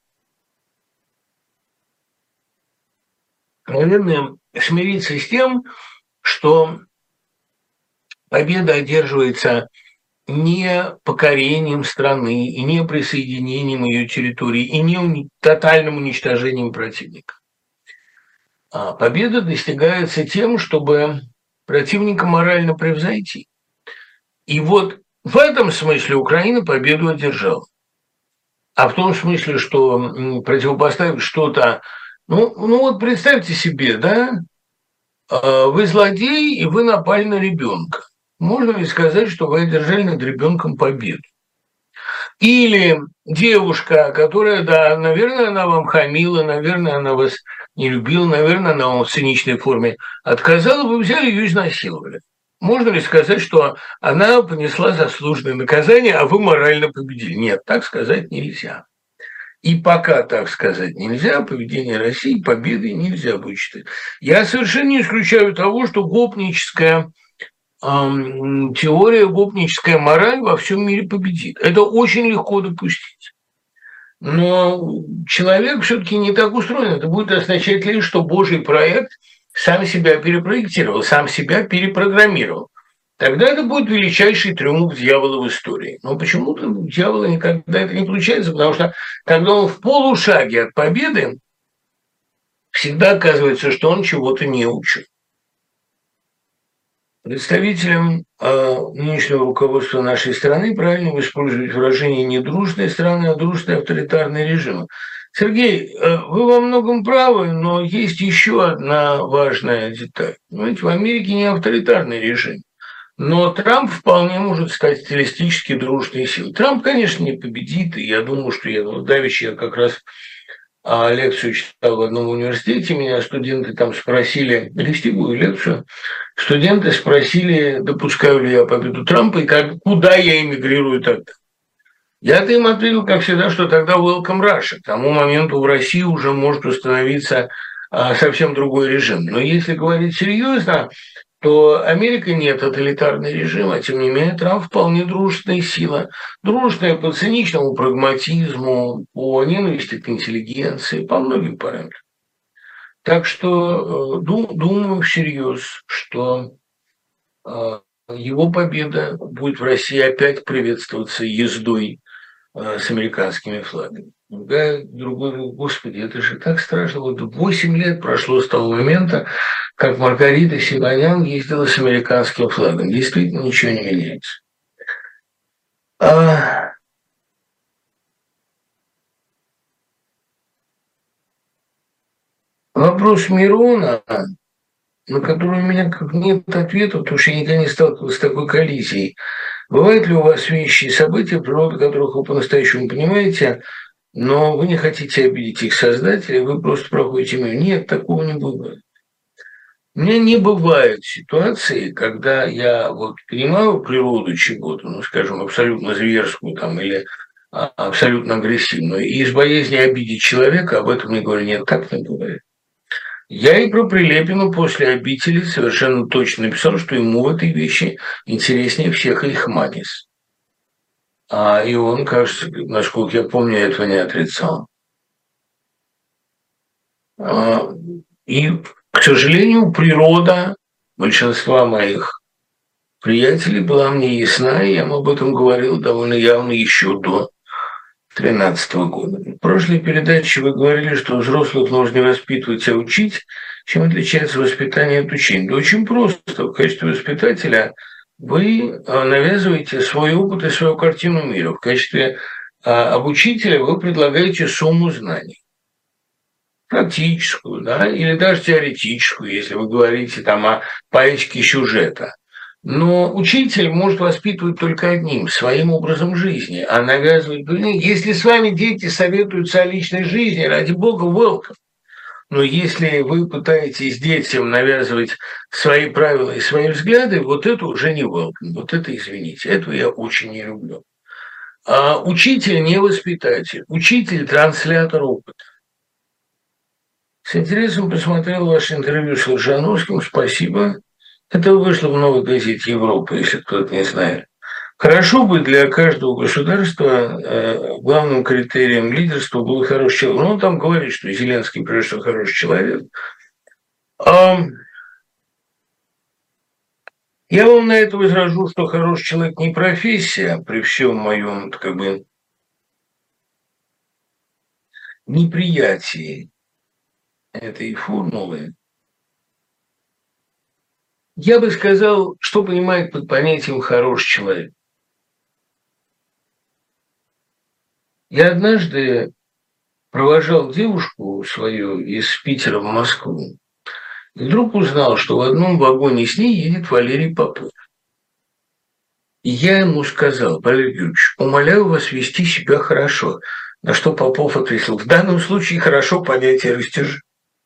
наверное, смириться с тем, что победа одерживается не покорением страны, и не присоединением ее территории, и не тотальным уничтожением противника. А победа достигается тем, чтобы противника морально превзойти. И вот в этом смысле Украина победу одержала. А в том смысле, что противопоставить что-то... Ну, ну вот представьте себе, да, вы злодей, и вы напали на ребенка. Можно ли сказать, что вы одержали над ребенком победу? Или девушка, которая, да, наверное, она вам хамила, наверное, она вас не любила, наверное, она вам в циничной форме отказала, вы взяли ее и изнасиловали. Можно ли сказать, что она понесла заслуженное наказание, а вы морально победили? Нет, так сказать нельзя. И пока так сказать нельзя, поведение России победой нельзя будет считать. Я совершенно не исключаю того, что гопническая теория, гопническая мораль во всем мире победит. Это очень легко допустить. Но человек все-таки не так устроен. Это будет означать лишь, что Божий проект сам себя перепроектировал, сам себя перепрограммировал. Тогда это будет величайший триумф дьявола в истории. Но почему-то у дьявола никогда это не получается, потому что когда он в полушаге от победы, всегда оказывается, что он чего-то не учит. Представителям э, нынешнего руководства нашей страны правильно использовать выражение не дружной страны, а дружный авторитарный режим. Сергей, э, вы во многом правы, но есть еще одна важная деталь. Понимаете, в Америке не авторитарный режим, но Трамп вполне может стать стилистически дружной силой. Трамп, конечно, не победит, и я думаю, что я, ну, давеча я как раз а лекцию читал в одном университете, меня студенты там спросили, листовую лекцию, студенты спросили, допускаю ли я победу Трампа и как, куда я эмигрирую тогда. Я-то им ответил, как всегда, что тогда welcome Russia. К тому моменту в России уже может установиться а, совсем другой режим. Но если говорить серьезно, то Америка не тоталитарный режим, а тем не менее Трамп вполне дружественная сила. Дружественная по циничному прагматизму, по ненависти к интеллигенции, по многим параметрам. Так что думаю всерьез, что его победа будет в России опять приветствоваться ездой с американскими флагами. Другая, другой, господи, это же так страшно. Вот восемь лет прошло с того момента, как Маргарита Симонян ездила с американским флагом. Действительно, ничего не меняется. А... Вопрос Мирона, на который у меня как нет ответа, потому что я никогда не сталкивался с такой коллизией. Бывают ли у вас вещи и события, природу которых вы по-настоящему понимаете, но вы не хотите обидеть их создателей, вы просто проходите мимо? Нет, такого не бывает. У меня не бывает ситуации, когда я вот понимаю природу чего-то, ну, скажем, абсолютно зверскую там, или абсолютно агрессивную, и из боязни обидеть человека об этом не говорю. Нет, так не бывает. Я и про Прилепина после «Обители» совершенно точно написал, что ему в этой вещи интереснее всех Эйхманис. А, и он, кажется, насколько я помню, этого не отрицал. А, и, к сожалению, природа большинства моих приятелей была мне ясна, и я об этом говорил довольно явно еще до две тысячи тринадцатого года. В прошлой передаче вы говорили, что взрослых нужно не воспитывать, а учить. Чем отличается воспитание от учения? Да очень просто. В качестве воспитателя вы навязываете свой опыт и свою картину мира. В качестве обучителя вы предлагаете сумму знаний. Практическую, да, или даже теоретическую, если вы говорите там о поэтике сюжета. Но учитель может воспитывать только одним, своим образом жизни, а навязывать другим. Если с вами дети советуются о личной жизни, ради бога, welcome. Но если вы пытаетесь детям навязывать свои правила и свои взгляды, вот это уже не welcome, вот это, извините, этого я очень не люблю. А учитель не воспитатель, учитель – транслятор опыта. С интересом посмотрел ваше интервью с Лжановским, спасибо. Это вышло в «Новой газете Европы», если кто-то не знает. Хорошо бы для каждого государства э, главным критерием лидерства был хороший человек. Но он там говорит, что Зеленский, прежде всего, хороший человек. А я вам на это возражу, что хороший человек не профессия, при всем моем, как бы, неприятии этой формулы. Я бы сказал, что понимает под понятием «хороший человек». Я однажды провожал девушку свою из Питера в Москву, и вдруг узнал, что в одном вагоне с ней едет Валерий Попов. И я ему сказал: Валерий Юрьевич, умоляю вас вести себя хорошо. На что Попов ответил: в данном случае хорошо понятие растяжи.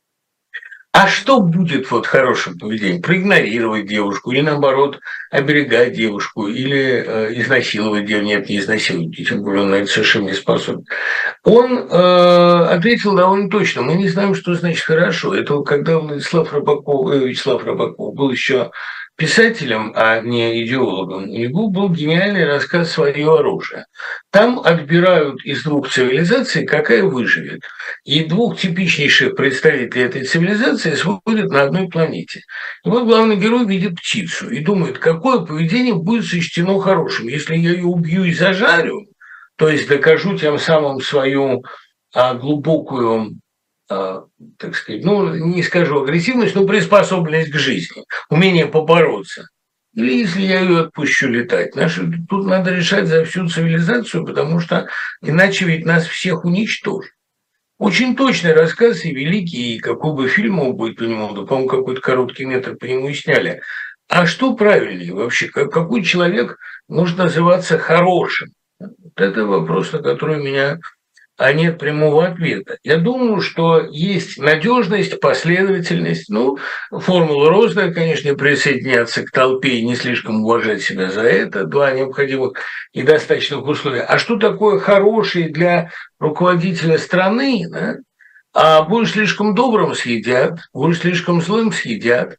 А что будет вот хорошим поведением? Проигнорировать девушку или, наоборот, оберегать девушку или э, изнасиловать девушку? Нет, не изнасиловать, тем более он на это совершенно не способен. Он э, ответил довольно точно: мы не знаем, что значит «хорошо». Это когда Владислав Рыбаков, э, Вячеслав Рыбаков был еще писателем, а не идеологом, у него был гениальный рассказ «Свое оружие». Там отбирают из двух цивилизаций, какая выживет. И двух типичнейших представителей этой цивилизации сводят на одной планете. И вот главный герой видит птицу и думает, какое поведение будет сочтено хорошим. Если я ее убью и зажарю, то есть докажу тем самым свою а, глубокую, а, так сказать, ну, не скажу агрессивность, но приспособленность к жизни, умение побороться. Или если я ее отпущу летать. Наши, тут надо решать за всю цивилизацию, потому что иначе ведь нас всех уничтожат. Очень точный рассказ и великий, и какой бы фильм мог быть по нему, да, по-моему, какой-то короткий метр по нему и сняли. А что правильнее вообще? Какой человек может называться хорошим? Вот это вопрос, на который у меня а нет прямого ответа. Я думаю, что есть надежность, последовательность. Ну, формула роста, конечно, присоединяться к толпе и не слишком уважать себя за это. Два необходимых и достаточных условия. А что такое хороший для руководителя страны? Да? А будешь слишком добрым – съедят, будешь слишком злым – съедят,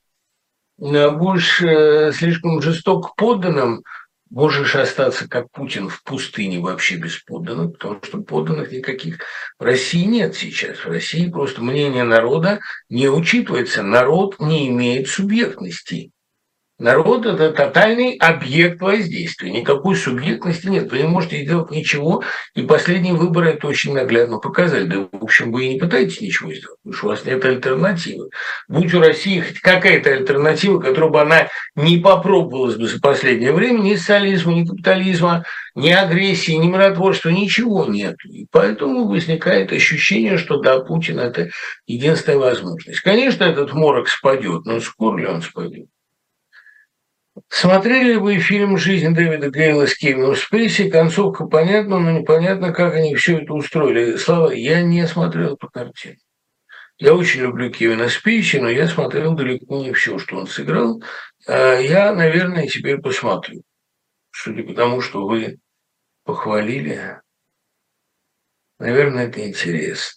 будешь слишком жесток к подданным – можешь остаться, как Путин, в пустыне вообще без подданных, потому что подданных никаких в России нет сейчас. В России просто мнение народа не учитывается. Народ не имеет субъектности. Народ – это тотальный объект воздействия. Никакой субъектности нет. Вы не можете сделать ничего. И последние выборы это очень наглядно показали. Да, в общем, вы и не пытаетесь ничего сделать, потому что у вас нет альтернативы. Будь у России хоть какая-то альтернатива, которую бы она не попробовалась бы за последнее время, ни социализма, ни капитализма, ни агрессии, ни миротворства, ничего нет. И поэтому возникает ощущение, что да, Путин – это единственная возможность. Конечно, этот морок спадет, но скоро ли он спадет? Смотрели ли вы фильм «Жизнь Дэвида Гейла» с Кевином Спейси? Концовка понятна, но непонятно, как они все это устроили. Слава, я не смотрел эту картину. Я очень люблю Кевина Спейси, но я смотрел далеко не все, что он сыграл. Я, наверное, теперь посмотрю. Судя по тому, что вы похвалили, наверное, это интересно.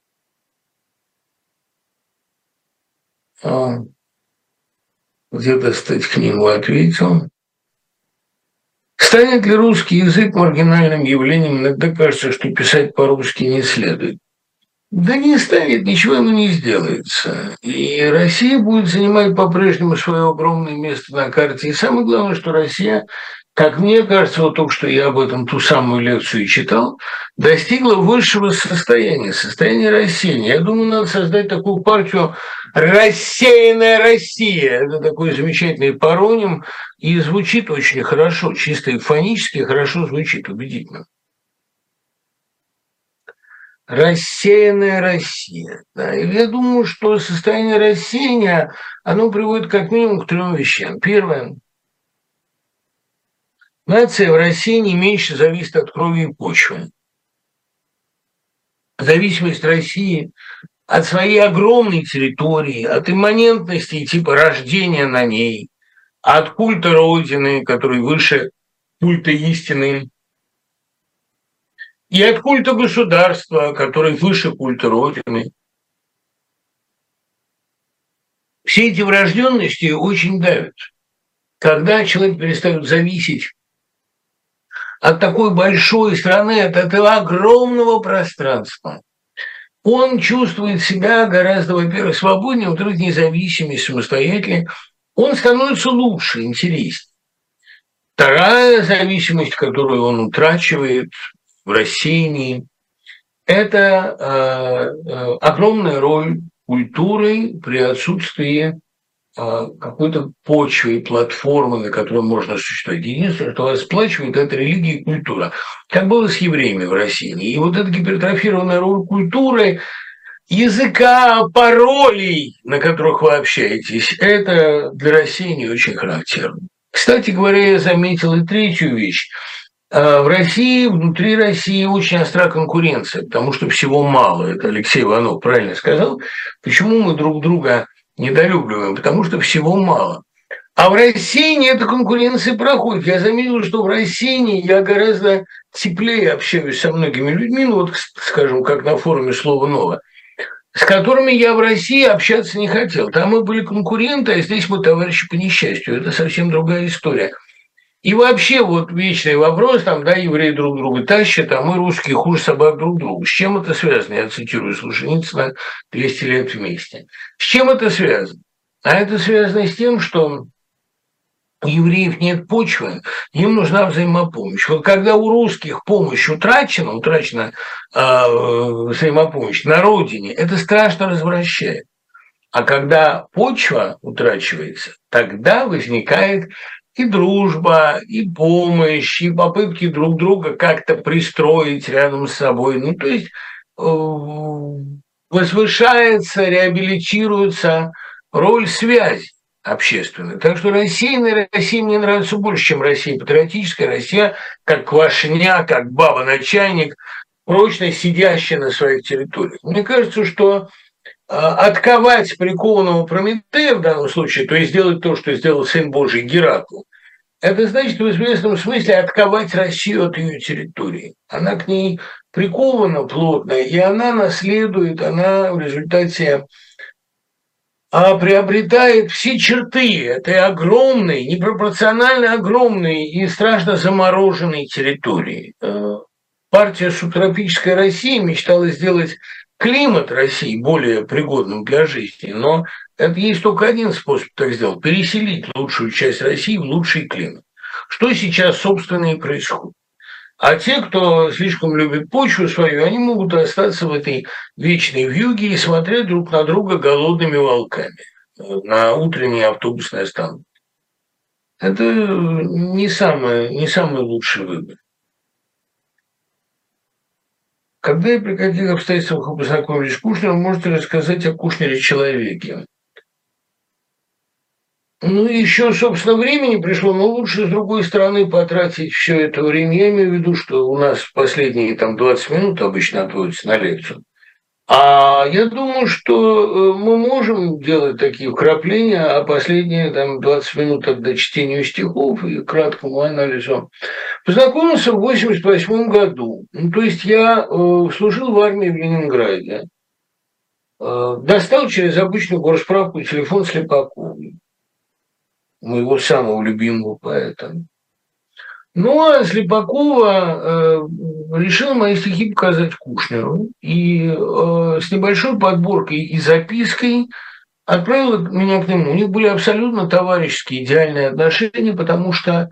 Где достать книгу, ответил. Станет ли русский язык маргинальным явлением? Иногда кажется, что писать по-русски не следует. Да не станет, ничего ему не сделается. И Россия будет занимать по-прежнему свое огромное место на карте. И самое главное, что Россия как мне кажется, вот только что я об этом ту самую лекцию и читал, достигла высшего состояния, состояния рассеяния. Я думаю, надо создать такую партию «Рассеянная Россия». Это такой замечательный пароним, и звучит очень хорошо, чисто фонически хорошо звучит, убедительно. Рассеянная Россия. Да. И я думаю, что состояние рассеяния, оно приводит как минимум к трем вещам. Первое. Нация в России не меньше зависит от крови и почвы. Зависимость России от своей огромной территории, от имманентности типа рождения на ней, от культа Родины, который выше культа истины, и от культа государства, который выше культа Родины. Все эти врожденности очень давят. Когда человек перестает зависеть от такой большой страны, от этого огромного пространства, он чувствует себя гораздо, во-первых, свободнее, во-вторых, независимее, самостоятельнее. Он становится лучше, интереснее. Вторая зависимость, которую он утрачивает в рассеянии, это э, э, огромная роль культуры при отсутствии какой-то почвы и платформы, на которой можно существовать. Единственное, что вас сплачивает, это религия и культура. Как было с евреями в России. И вот эта гипертрофированная роль культуры, языка, паролей, на которых вы общаетесь, это для России не очень характерно. Кстати говоря, я заметил и третью вещь. В России, внутри России очень остра конкуренция, потому что всего мало. Это Алексей Иванов правильно сказал. Почему мы друг друга недолюбливаем? Потому что всего мало. А в России эта конкуренция проходит. Я заметил, что в России я гораздо теплее общаюсь со многими людьми, ну вот, скажем, как на форуме «Слово новое», с которыми я в России общаться не хотел. Там мы были конкуренты, а здесь мы товарищи по несчастью. Это совсем другая история. И вообще вот вечный вопрос, там, да, евреи друг друга тащат, а мы, русские, хуже собак друг другу. С чем это связано? Я цитирую Солженицына «двести лет вместе». С чем это связано? А это связано с тем, что у евреев нет почвы, им нужна взаимопомощь. Вот когда у русских помощь утрачена, утрачена э, взаимопомощь на родине, это страшно развращает. А когда почва утрачивается, тогда возникает и дружба, и помощь, и попытки друг друга как-то пристроить рядом с собой. Ну, то есть э, возвышается, реабилитируется роль связи общественной. Так что Россия, Россия мне нравится больше, чем Россия патриотическая, Россия как квашня, как баба-начальник, прочно сидящая на своих территориях. Мне кажется, что отковать прикованного Прометея в данном случае, то есть сделать то, что сделал Сын Божий Геракл, это значит в известном смысле отковать Россию от ее территории. Она к ней прикована плотно, и она наследует, она в результате приобретает все черты этой огромной, непропорционально огромной и страшно замороженной территории. Партия «Субтропическая Россия» мечтала сделать климат России более пригодным для жизни, но это есть только один способ так сделать – переселить лучшую часть России в лучший климат. Что сейчас, собственно, и происходит. А те, кто слишком любит почву свою, они могут остаться в этой вечной вьюге и смотреть друг на друга голодными волками на утренней автобусной остановке. Это не самый, не самый лучший выбор. Когда и при каких обстоятельствах вы познакомились с Кушнером, можете рассказать о Кушнере-человеке? Ну, еще, собственно, времени пришло, но лучше, с другой стороны, потратить все это время. Я имею в виду, что у нас последние там двадцать минут обычно отводятся на лекцию. А я думаю, что мы можем делать такие вкрапления, а последние там двадцать минут до чтению стихов и краткому анализу. Познакомился в восемьдесят восьмом году. Ну, то есть я э, служил в армии в Ленинграде. Э, достал через обычную горсправку телефон Слепакова, моего самого любимого поэта. Ну, а Слепакова э, решил мои стихи показать Кушнеру. И э, с небольшой подборкой и запиской отправил меня к нему. У них были абсолютно товарищеские, идеальные отношения, потому что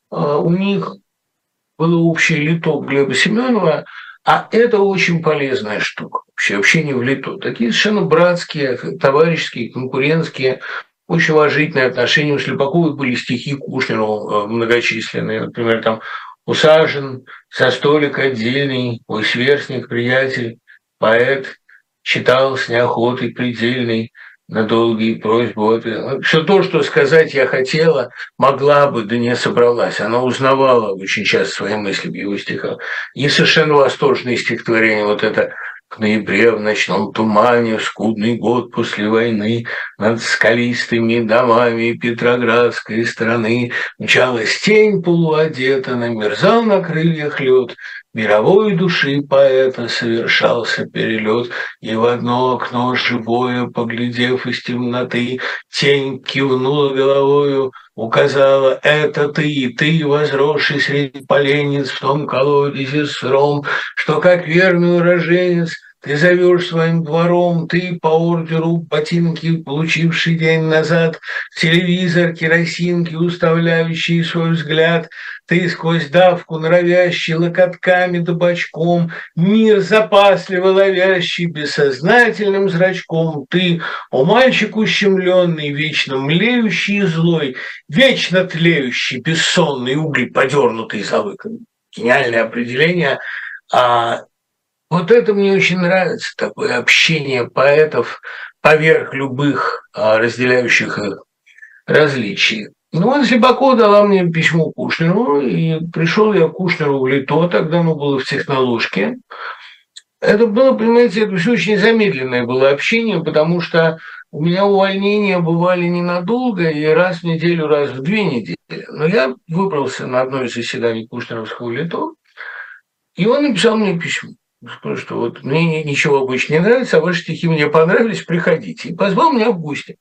у них было общее лито Глеба Семенова, а это очень полезная штука. Вообще общение в лито. Такие совершенно братские, товарищеские, конкурентские, очень уважительные отношения. У Слепаковой были стихи Кушнеру многочисленные. Например, там «Усажен за столик отдельный, мой сверстник, приятель, поэт, читал с неохотой предельной на долгие просьбы. Все то, что сказать я хотела, могла бы, да не собралась. Она узнавала очень часто свои мысли в его стихах. И совершенно восторженное стихотворение вот это «В ноябре в ночном тумане, в скудный год после войны, над скалистыми домами Петроградской страны мчалась тень полуодета, намерзал на крыльях лед, мировой души поэта совершался перелет, и в одно окно живое, поглядев из темноты, тень кивнула головою, указала: это ты, ты, возросший среди поленниц в том колодезе сыром, что как верный уроженец ты зовешь своим двором, ты по ордеру ботинки, получивший день назад, телевизор, керосинки, уставляющий свой взгляд, ты сквозь давку норовящий локотками да бочком, мир запасливо ловящий бессознательным зрачком, ты, о мальчик ущемленный, вечно млеющий и злой, вечно тлеющий, бессонный, угли подернутый за выкон. Гениальное определение. А вот это мне очень нравится, такое общение поэтов поверх любых разделяющих их различий. Ну, вот Слепакова дала мне письмо Кушнеру, и пришел я к Кушнеру в лито, тогда оно было в техноложке. Это было, понимаете, это все очень замедленное было общение, потому что у меня увольнения бывали ненадолго, и раз в неделю, раз в две недели. Но я выбрался на одно из заседаний Кушнеровского лито, и он написал мне письмо. Сказал, что вот мне ничего больше не нравится, а ваши стихи мне понравились, приходите. И позвал меня в гости.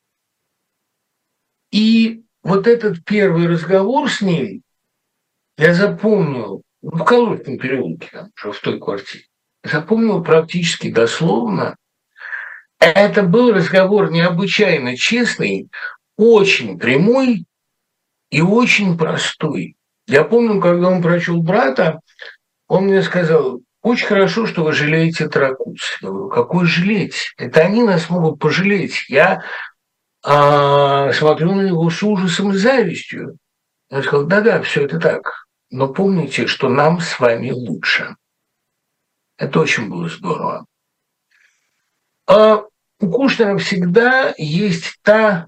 И вот этот первый разговор с ним я запомнил, в Колодьком переулке, там, уже в той квартире, запомнил практически дословно. Это был разговор необычайно честный, очень прямой и очень простой. Я помню, когда он прочел «Брата», он мне сказал: очень хорошо, что вы жалеете Таракуз. Я говорю: какой жалеть? Это они нас могут пожалеть. Я а, смотрю на него с ужасом и завистью. Я сказал: да-да, все это так. Но помните, что нам с вами лучше. Это очень было здорово. А у Кушнера всегда есть та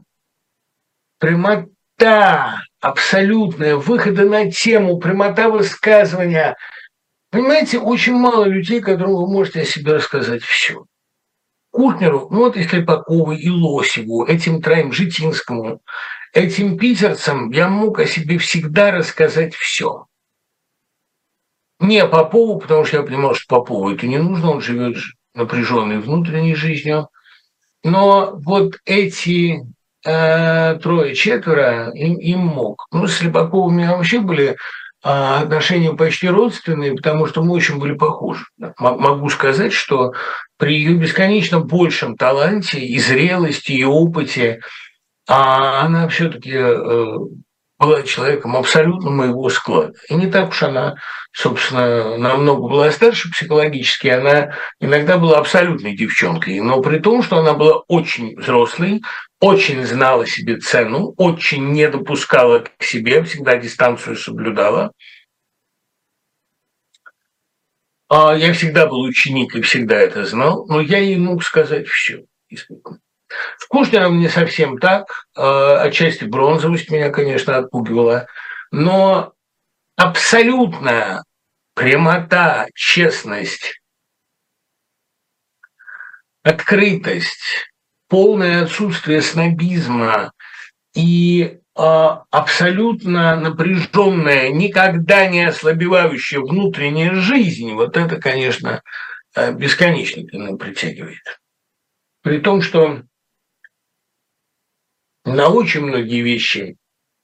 прямота, абсолютная, выхода на тему, прямота высказывания. Понимаете, очень мало людей, которым вы можете о себе рассказать все. Кушнеру, ну вот и Слепакову, и Лосеву, этим троим, Житинскому, этим питерцам я мог о себе всегда рассказать все. Не Попову, потому что я понимал, что Попову это не нужно, он живет напряженной внутренней жизнью. Но вот эти э, трое-четверо им, им мог. Ну, с Слепаковым у меня вообще были отношения почти родственные, потому что мы очень были похожи. Могу сказать, что при ее бесконечно большем таланте и зрелости, и опыте, а она все-таки была человеком абсолютно моего склада. И не так уж она, собственно, намного была старше психологически, она иногда была абсолютной девчонкой, но при том, что она была очень взрослой, очень знала себе цену, очень не допускала к себе, всегда дистанцию соблюдала. Я всегда был ученик и всегда это знал, но я ей мог сказать все. С Кушнером не совсем так, отчасти бронзовость меня, конечно, отпугивала, но абсолютная прямота, честность, открытость, полное отсутствие снобизма и а, абсолютно напряженная, никогда не ослабевающая внутренняя жизнь, вот это, конечно, бесконечно к нему притягивает. При том, что на очень многие вещи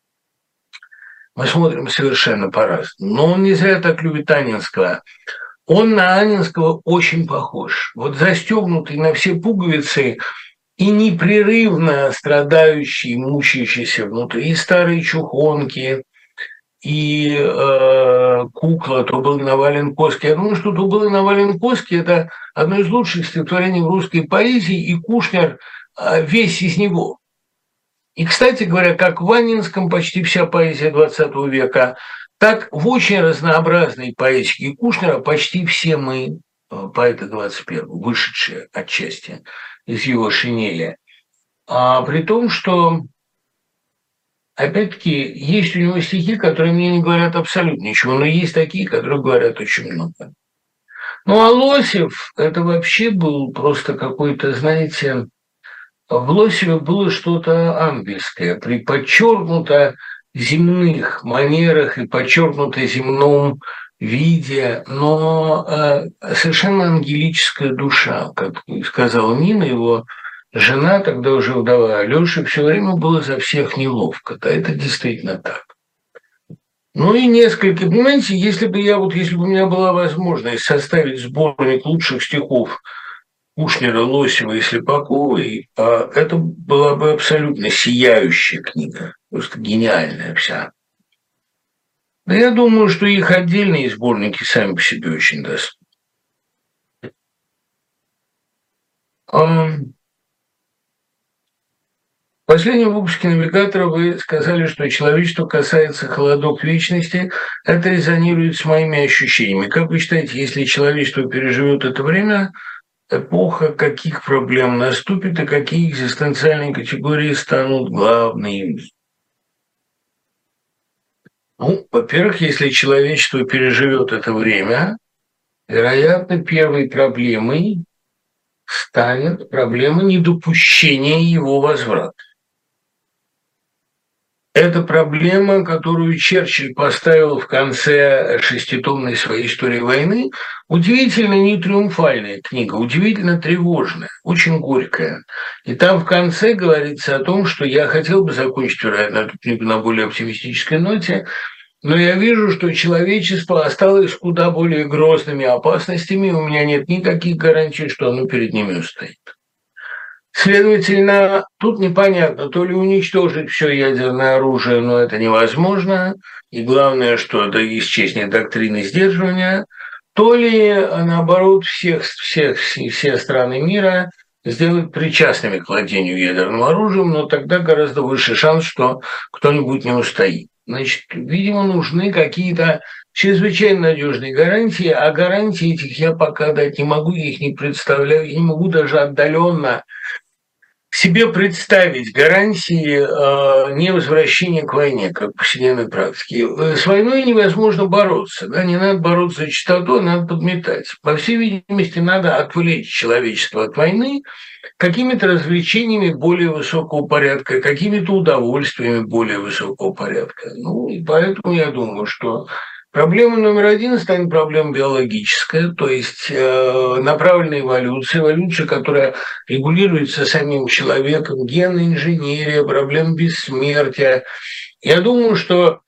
мы смотрим совершенно по-разному. Но он не зря так любит Анинского. Он на Анинского очень похож. Вот застегнутый на все пуговицы и непрерывно страдающий, мучающийся внутри, и старые чухонки, и э, кукла, то был навален коски. Я думаю, что то был навален коски – это одно из лучших стихотворений в русской поэзии, и Кушнер э, весь из него. И, кстати говоря, как в Анненском почти вся поэзия двадцатого века, так в очень разнообразной поэтике Кушнера почти все мы, э, поэты двадцать первого, вышедшие отчасти из его шинели. А при том, что опять-таки, есть у него стихи, которые мне не говорят абсолютно ничего, но есть такие, которые говорят очень много. Ну, а Лосев – это вообще был просто какой-то, знаете, в Лосеве было что-то ангельское, при подчеркнуто земных манерах и подчеркнуто земном виде, но э, совершенно ангелическая душа, как сказала Нина, его жена, тогда уже вдова Алёши, все время было за всех неловко. Да, это действительно так. Ну и несколько, понимаете, если бы я вот, если бы у меня была возможность составить сборник лучших стихов Кушнера, Лосева и Слепаковой, это была бы абсолютно сияющая книга, просто гениальная вся. Да я думаю, что их отдельные сборники сами по себе очень доступны. В последнем выпуске «Навигатора» вы сказали, что человечество касается холодок вечности. Это резонирует с моими ощущениями. Как вы считаете, если человечество переживет это время, эпоха каких проблем наступит и какие экзистенциальные категории станут главными? Ну, во-первых, если человечество переживет это время, вероятно, первой проблемой станет проблема недопущения его возврата. Это проблема, которую Черчилль поставил в конце шеститомной своей истории войны. Удивительно не триумфальная книга, удивительно тревожная, очень горькая. И там в конце говорится о том, что я хотел бы закончить, вероятно, эту книгу на более оптимистической ноте, но я вижу, что человечество осталось куда более грозными опасностями, и у меня нет никаких гарантий, что оно перед ними устоит. Следовательно, тут непонятно, то ли уничтожить все ядерное оружие, но это невозможно, и главное, что это исчезнет доктрина сдерживания, то ли, наоборот, всех, всех, все страны мира сделать причастными к владению ядерным оружием, но тогда гораздо выше шанс, что кто-нибудь не устоит. Значит, видимо, нужны какие-то чрезвычайно надежные гарантии, а гарантии этих я пока дать не могу, я их не представляю, я не могу даже отдаленно себе представить гарантии э, невозвращения к войне, как в повседневной практике. С войной невозможно бороться, да, не надо бороться за чистоту, надо подметать. По всей видимости, надо отвлечь человечество от войны какими-то развлечениями более высокого порядка, какими-то удовольствиями более высокого порядка. Ну, и поэтому я думаю, что проблема номер один станет проблема биологическая, то есть э, направленная эволюция, эволюция, которая регулируется самим человеком, генная инженерия, проблема бессмертия. Я думаю, что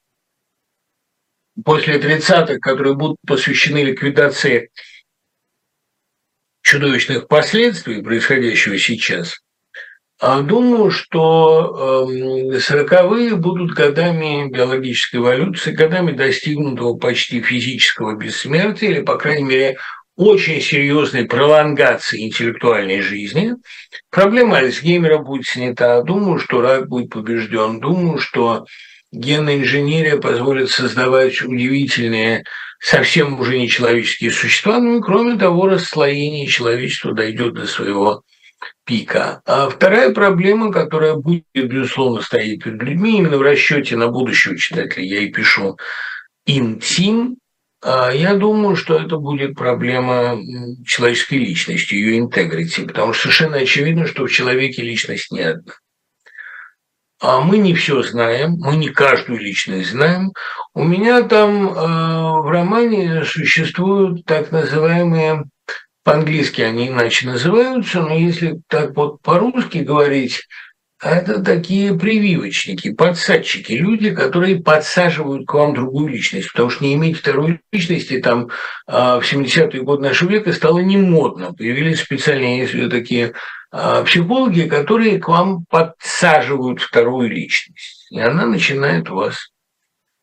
после тридцатых, которые будут посвящены ликвидации чудовищных последствий происходящего сейчас, думаю, что сороковые будут годами биологической эволюции, годами достигнутого почти физического бессмертия, или, по крайней мере, очень серьезной пролонгации интеллектуальной жизни. Проблема Альцгеймера будет снята. Думаю, что рак будет побежден. Думаю, что генная инженерия позволит создавать удивительные, совсем уже нечеловеческие существа. Ну и, кроме того, расслоение человечества дойдет до своего пика. А вторая проблема, которая будет, безусловно, стоять перед людьми, именно в расчете на будущего читателя, я и пишу интим, я думаю, что это будет проблема человеческой личности, ее интегрити, потому что совершенно очевидно, что в человеке личность не одна. А мы не все знаем, мы не каждую личность знаем. У меня там э, в романе существуют так называемые, по-английски они иначе называются, но если так вот по-русски говорить, это такие прививочники, подсадчики, люди, которые подсаживают к вам другую личность, потому что не иметь второй личности там в семидесятые годы нашего века стало не модно. Появились специальные такие психологи, которые к вам подсаживают вторую личность, и она начинает вас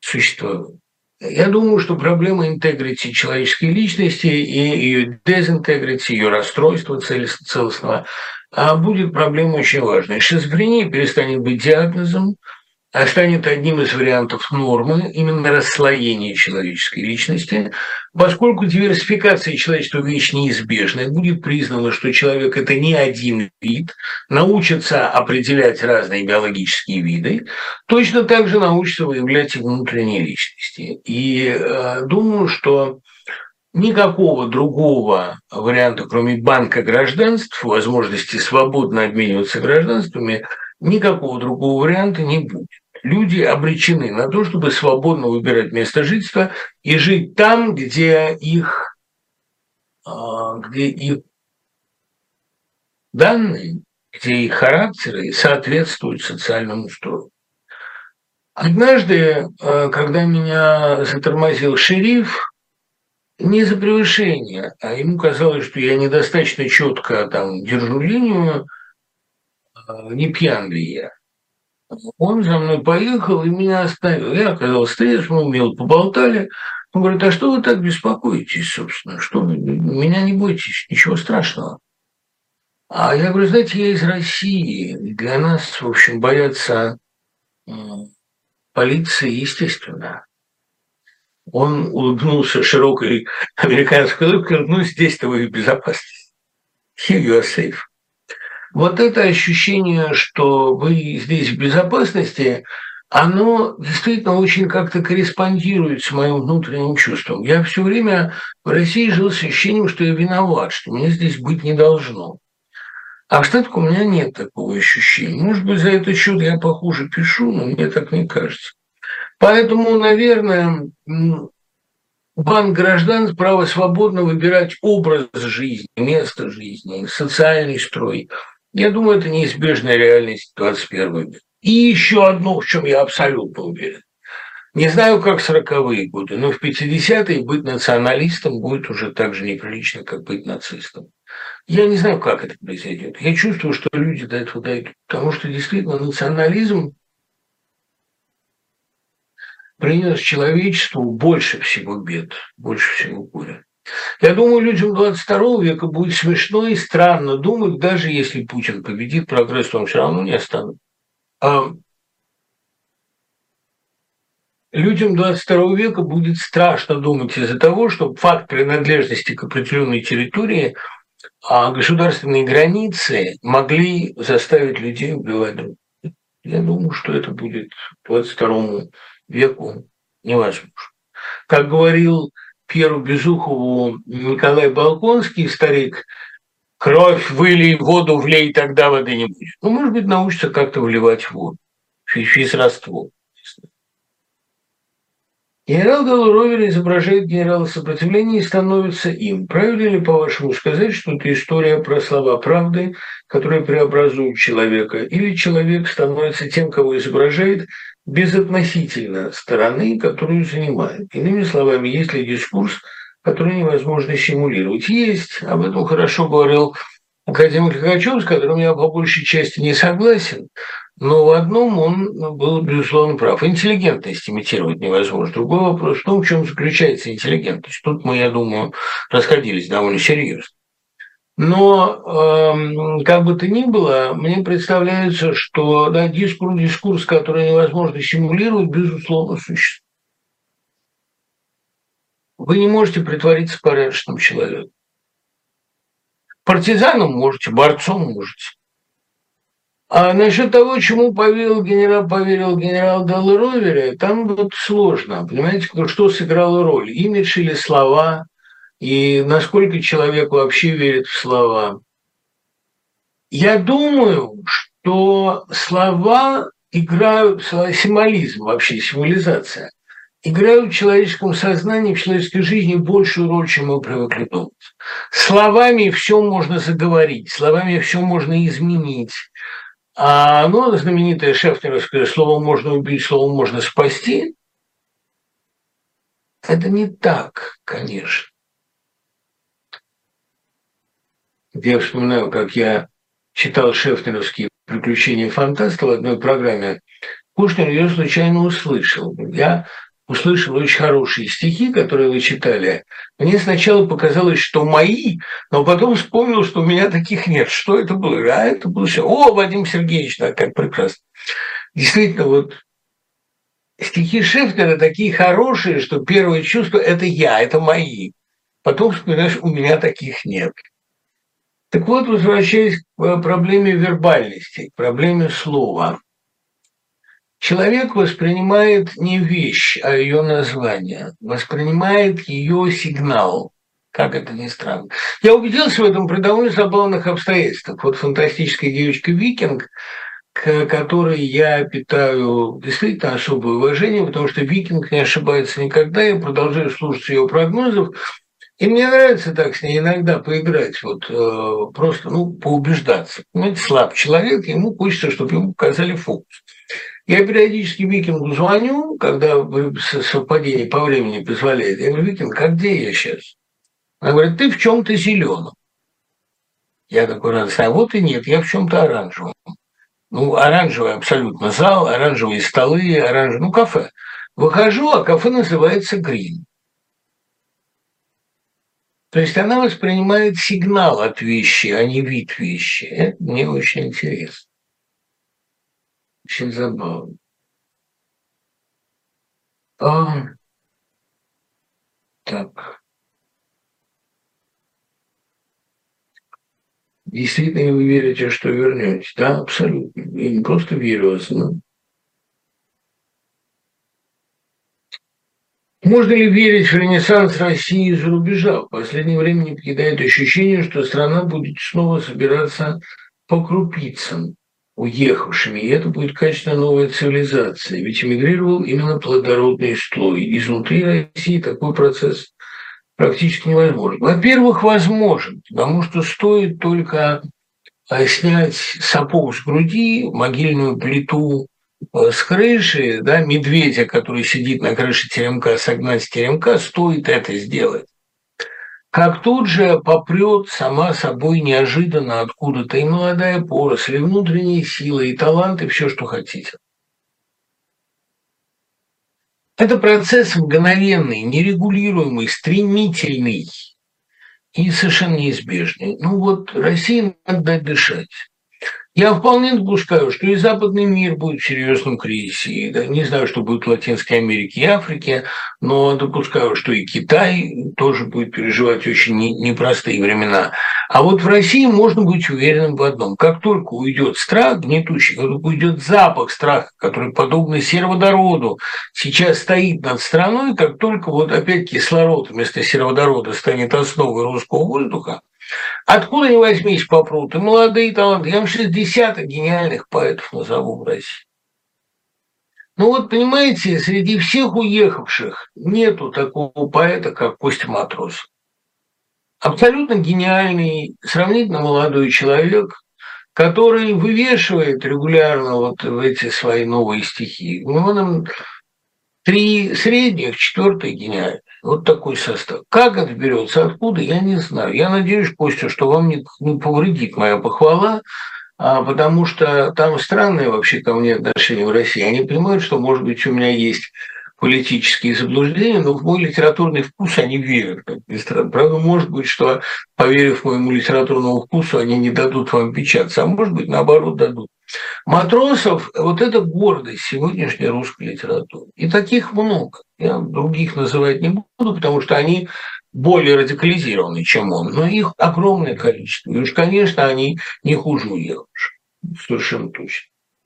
существовать. Я думаю, что проблема интегрити человеческой личности и ее дезинтегрити, ее расстройства целостного будет проблемой очень важной. Шизофрения перестанет быть диагнозом, а станет одним из вариантов нормы, именно расслоения человеческой личности, поскольку диверсификация человечества вещь неизбежная, будет признано, что человек – это не один вид, научатся определять разные биологические виды, точно так же научатся выявлять и внутренние личности. И э, думаю, что никакого другого варианта, кроме банка гражданств, возможности свободно обмениваться гражданствами, никакого другого варианта не будет. Люди обречены на то, чтобы свободно выбирать место жительства и жить там, где их, где их данные, где их характеры соответствуют социальному строю. Однажды, когда меня затормозил шериф, не за превышение, а ему казалось, что я недостаточно четко там держу линию, не пьян ли я. Он за мной поехал и меня остановил. Я оказался трезвым, мы умело поболтали. Он говорит: а что вы так беспокоитесь, собственно? Что вы, меня не бойтесь, ничего страшного. А я говорю: знаете, я из России. Для нас, в общем, бояться полиции, естественно. Он улыбнулся широкой американской улыбкой: ну, здесь-то вы в безопасности. Here you are safe. Вот это ощущение, что вы здесь в безопасности, оно действительно очень как-то корреспондирует с моим внутренним чувством. Я все время в России жил с ощущением, что я виноват, что меня здесь быть не должно. А в Штатах у меня нет такого ощущения. Может быть, за этот счет я похуже пишу, но мне так не кажется. Поэтому, наверное, банк граждан – право свободно выбирать образ жизни, место жизни, социальный строй. Я думаю, это неизбежная реальность двадцать первого века. И еще одно, в чем я абсолютно уверен. Не знаю, как в сороковые годы, но в пятидесятые быть националистом будет уже так же неприлично, как быть нацистом. Я не знаю, как это произойдет. Я чувствую, что люди до этого дойдут. Потому что действительно национализм принес человечеству больше всего бед, больше всего горя. Я думаю, людям двадцать второго века будет смешно и странно думать, даже если Путин победит, прогресс он все равно не останет. А людям двадцать второго века будет страшно думать из-за того, что факт принадлежности к определенной территории, а государственные границы могли заставить людей убивать друг друга. Я думаю, что это будет двадцать второму веку невозможно. Как говорил Пьеру Безухову Николай Болконский, старик: кровь вылей, воду влей, тогда воды не будет. Ну, может быть, научится как-то вливать воду. Физраствор. Генерал Делла Ровера изображает генерала сопротивления и становится им. Правильно ли, по-вашему, сказать, что это история про слова правды, которые преобразуют человека? Или человек становится тем, кого изображает, безотносительно стороны, которую занимает? Иными словами, есть ли дискурс, который невозможно симулировать? Есть. Об этом хорошо говорил академик Лихачев, с которым я по большей части не согласен. Но в одном он был, безусловно, прав. Интеллигентность имитировать невозможно. Другой вопрос в том, в чем заключается интеллигентность. Тут мы, я думаю, расходились довольно серьезно. Но э, как бы то ни было, мне представляется, что да, дискурс, дискурс, который невозможно симулировать, безусловно, существует. Вы не можете притвориться порядочным человеком. Партизаном можете, борцом можете. А насчет того, чему поверил генерал, поверил генерал Делла Ровера, там вот сложно. Понимаете, что сыграло роль? Имидж или слова? И насколько человек вообще верит в слова? Я думаю, что слова играют, символизм вообще, символизация, играют в человеческом сознании, в человеческой жизни большую роль, чем мы привыкли думать. Словами все можно заговорить, словами все можно изменить. А ну, знаменитое шефнеровское «словом можно убить, словом можно спасти» – это не так, конечно. Я вспоминаю, как я читал шефнеровские «Приключения фантаста» в одной программе. Кушнер ее случайно услышал. Я услышал очень хорошие стихи, которые вы читали, мне сначала показалось, что мои, но потом вспомнил, что у меня таких нет. Что это было? А это было все. О, Вадим Сергеевич, да, как прекрасно. Действительно, вот стихи Шефтера такие хорошие, что первое чувство – это я, это мои. Потом вспоминаешь, у меня таких нет. Так вот, возвращаясь к проблеме вербальности, к проблеме слова. Человек воспринимает не вещь, а ее название, воспринимает ее сигнал, как это ни странно. Я убедился в этом при довольно забавных обстоятельствах. Вот фантастическая девочка Викинг, к которой я питаю действительно особое уважение, потому что Викинг не ошибается никогда, я продолжаю слушать ее прогнозов, и мне нравится так с ней иногда поиграть, вот э, просто, ну, поубеждаться. Понимаете, слаб человек, ему хочется, чтобы ему показали фокус. Я периодически Викингу звоню, когда совпадение по времени позволяет. Я говорю: Викинг, а где я сейчас? Она говорит: ты в чем-то зеленом. Я такой радостный: а вот и нет, я в чем-то оранжевом. Ну, оранжевый абсолютно зал, оранжевые столы, оранжевое, ну, кафе. Выхожу, а кафе называется «Грин». То есть она воспринимает сигнал от вещи, а не вид вещи. Это мне очень интересно. Очень забавно. А, так. Действительно, вы верите, что вернетесь? Да, абсолютно. Я не просто верю, а знаю. Можно ли верить в ренессанс России из-за рубежа? В последнее время не покидает ощущение, что страна будет снова собираться по крупицам уехавшими, и это будет качественно новая цивилизация. Ведь эмигрировал именно плодородный слой. Изнутри России такой процесс практически невозможен. Во-первых, возможен, потому что стоит только снять сапог с груди, могильную плиту с крыши, да, медведя, который сидит на крыше теремка, согнать с теремка, стоит это сделать. Как тут же попрет сама собой неожиданно откуда-то и молодая поросль, и внутренние силы, и талант, и все, что хотите. Это процесс мгновенный, нерегулируемый, стремительный и совершенно неизбежный. Ну вот России надо дать дышать. Я вполне допускаю, что и западный мир будет в серьезном кризисе. Да, не знаю, что будет в Латинской Америке и Африке, но допускаю, что и Китай тоже будет переживать очень непростые времена. А вот в России можно быть уверенным в одном. Как только уйдет страх гнетущий, как только уйдет запах страха, который, подобно сероводороду, сейчас стоит над страной, как только вот опять кислород вместо сероводорода станет основой русского воздуха, откуда ни возьмись попрут, и молодые таланты. Я вам сейчас десяток гениальных поэтов назову в России. Ну вот, понимаете, среди всех уехавших нету такого поэта, как Костя Матросов. Абсолютно гениальный, сравнительно молодой человек, который вывешивает регулярно вот в эти свои новые стихи. У него там три средних, четвертый гениальный. Вот такой состав. Как это берется, откуда, я не знаю. Я надеюсь, Костя, что вам не, не повредит моя похвала, а, потому что там странное вообще ко мне отношение в России. Они понимают, что, может быть, у меня есть политические заблуждения, но в мой литературный вкус они верят, как ни странно. Правда, может быть, что, поверив моему литературному вкусу, они не дадут вам печататься, а может быть, наоборот, дадут. Матросов – вот это гордость сегодняшней русской литературы. И таких много. Я других называть не буду, потому что они более радикализированы, чем он. Но их огромное количество. И уж, конечно, они не хуже уехавших. Совершенно точно.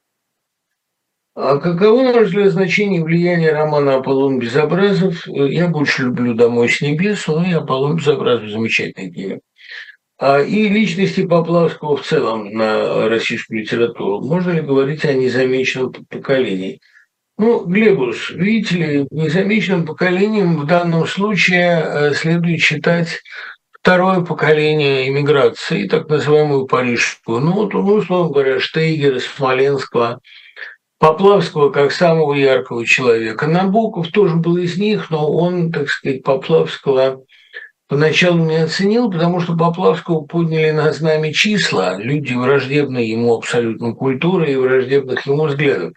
А каково, на ваш взгляд, значение и влияние романа «Аполлон Безобразов»? Я больше люблю «Домой с небес», но и «Аполлон Безобразов» – замечательная книга. И личности Поплавского в целом на российскую литературу. Можно ли говорить о незамеченном поколении? Ну, Глебуш, видите ли, незамеченным поколением в данном случае следует считать второе поколение эмиграции, так называемую парижскую. Ну, вот, ну, условно говоря, Штейгера, Смоленского, Поплавского как самого яркого человека. Набоков тоже был из них, но он, так сказать, Поплавского поначалу не оценил, потому что Поплавского подняли на знамя числа, люди, враждебные ему абсолютно культуры и враждебных ему взглядов.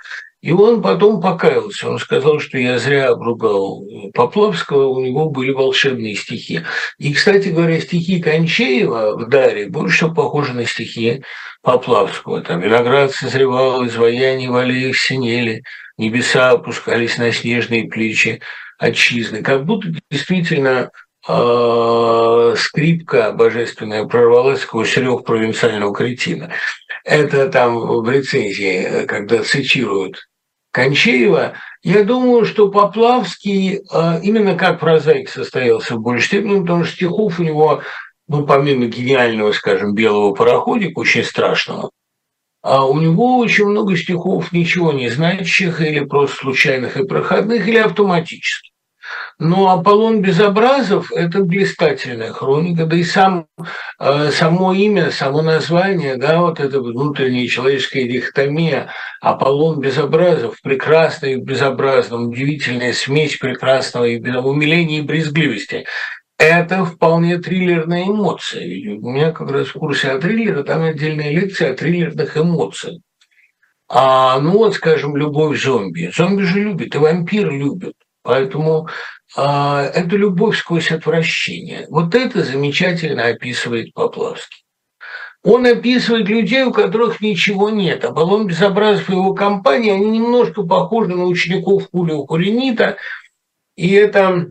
И он потом покаялся. Он сказал, что я зря обругал Поплавского, у него были волшебные стихи. И, кстати говоря, стихи Кончеева в «Даре» больше всего похожи на стихи Поплавского. Там «Виноград созревал, изваяния в аллеях синели, небеса опускались на снежные плечи отчизны». Как будто действительно э, скрипка божественная прорвалась сквозь рев провинциального кретина. Это там в рецензии, когда цитируют Кончеева. Я думаю, что Поплавский именно как прозаик состоялся в большей степени, потому что стихов у него, ну, помимо гениального, скажем, «Белого пароходика», очень страшного, а у него очень много стихов ничего не значащих или просто случайных и проходных, или автоматических. Но «Аполлон Безобразов» – это блистательная хроника, да и сам, э, само имя, само название, да, вот эта внутренняя человеческая дихотомия «Аполлон Безобразов», прекрасный и безобразный, удивительная смесь прекрасного и умиления и брезгливости. Это вполне триллерная эмоция. И у меня как раз в курсе о триллере, там отдельная лекция о триллерных эмоциях. А, ну вот, скажем, любовь зомби. Зомби же любит, и вампир любит. Поэтому а, это любовь сквозь отвращение. Вот это замечательно описывает Поплавский. Он описывает людей, у которых ничего нет. Аполлон Безобразов и его компания, они немножко похожи на учеников Пулио Куренита. И это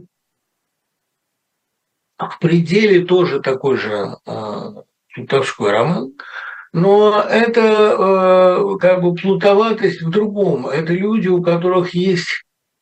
в пределе тоже такой же плутовской роман. Но это э, как бы плутоватость в другом. Это люди, у которых есть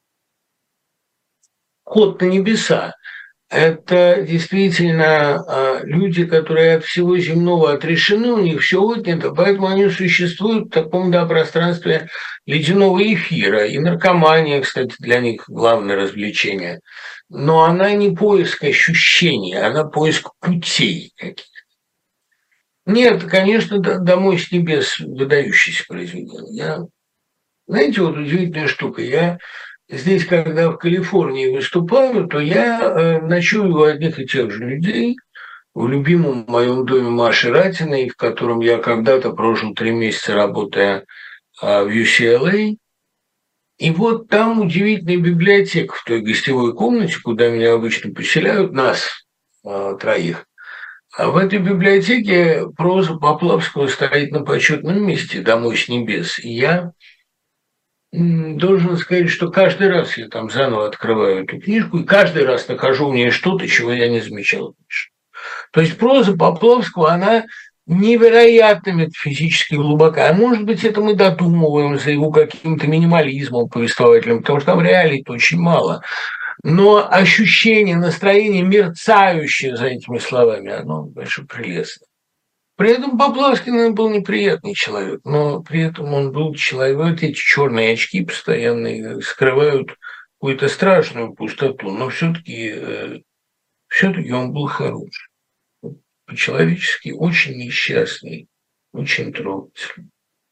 ход на небеса. Это действительно э, люди, которые от всего земного отрешены, у них все отнято, поэтому они существуют в таком, да, пространстве ледяного эфира. И наркомания, кстати, для них главное развлечение. Но она не поиск ощущений, она поиск путей каких-то. Нет, конечно, «Домой с небес» выдающийся произведение. Я, знаете, вот удивительная штука. Я здесь, когда в Калифорнии выступаю, то я э, ночую у одних и тех же людей в любимом моем доме Маши Ратиной, в котором я когда-то прожил три месяца, работая э, в ю си эл эй. И вот там удивительная библиотека в той гостевой комнате, куда меня обычно поселяют, нас э, троих. А в этой библиотеке проза Поплавского стоит на почетном месте «Домой с небес». И я должен сказать, что каждый раз я там заново открываю эту книжку, и каждый раз нахожу в ней что-то, чего я не замечал раньше. То есть проза Поплавского, она невероятно метафизически глубока. А может быть, это мы додумываем за его каким-то минимализмом повествовательным, потому что там реалий-то очень мало. Но ощущение, настроение, мерцающее за этими словами, оно, конечно, прелестно. При этом Поплавский, наверное, был неприятный человек, но при этом он был человек, вот эти черные очки постоянные скрывают какую-то страшную пустоту, но все-таки э, все-таки он был хороший, по-человечески очень несчастный, очень трогательный.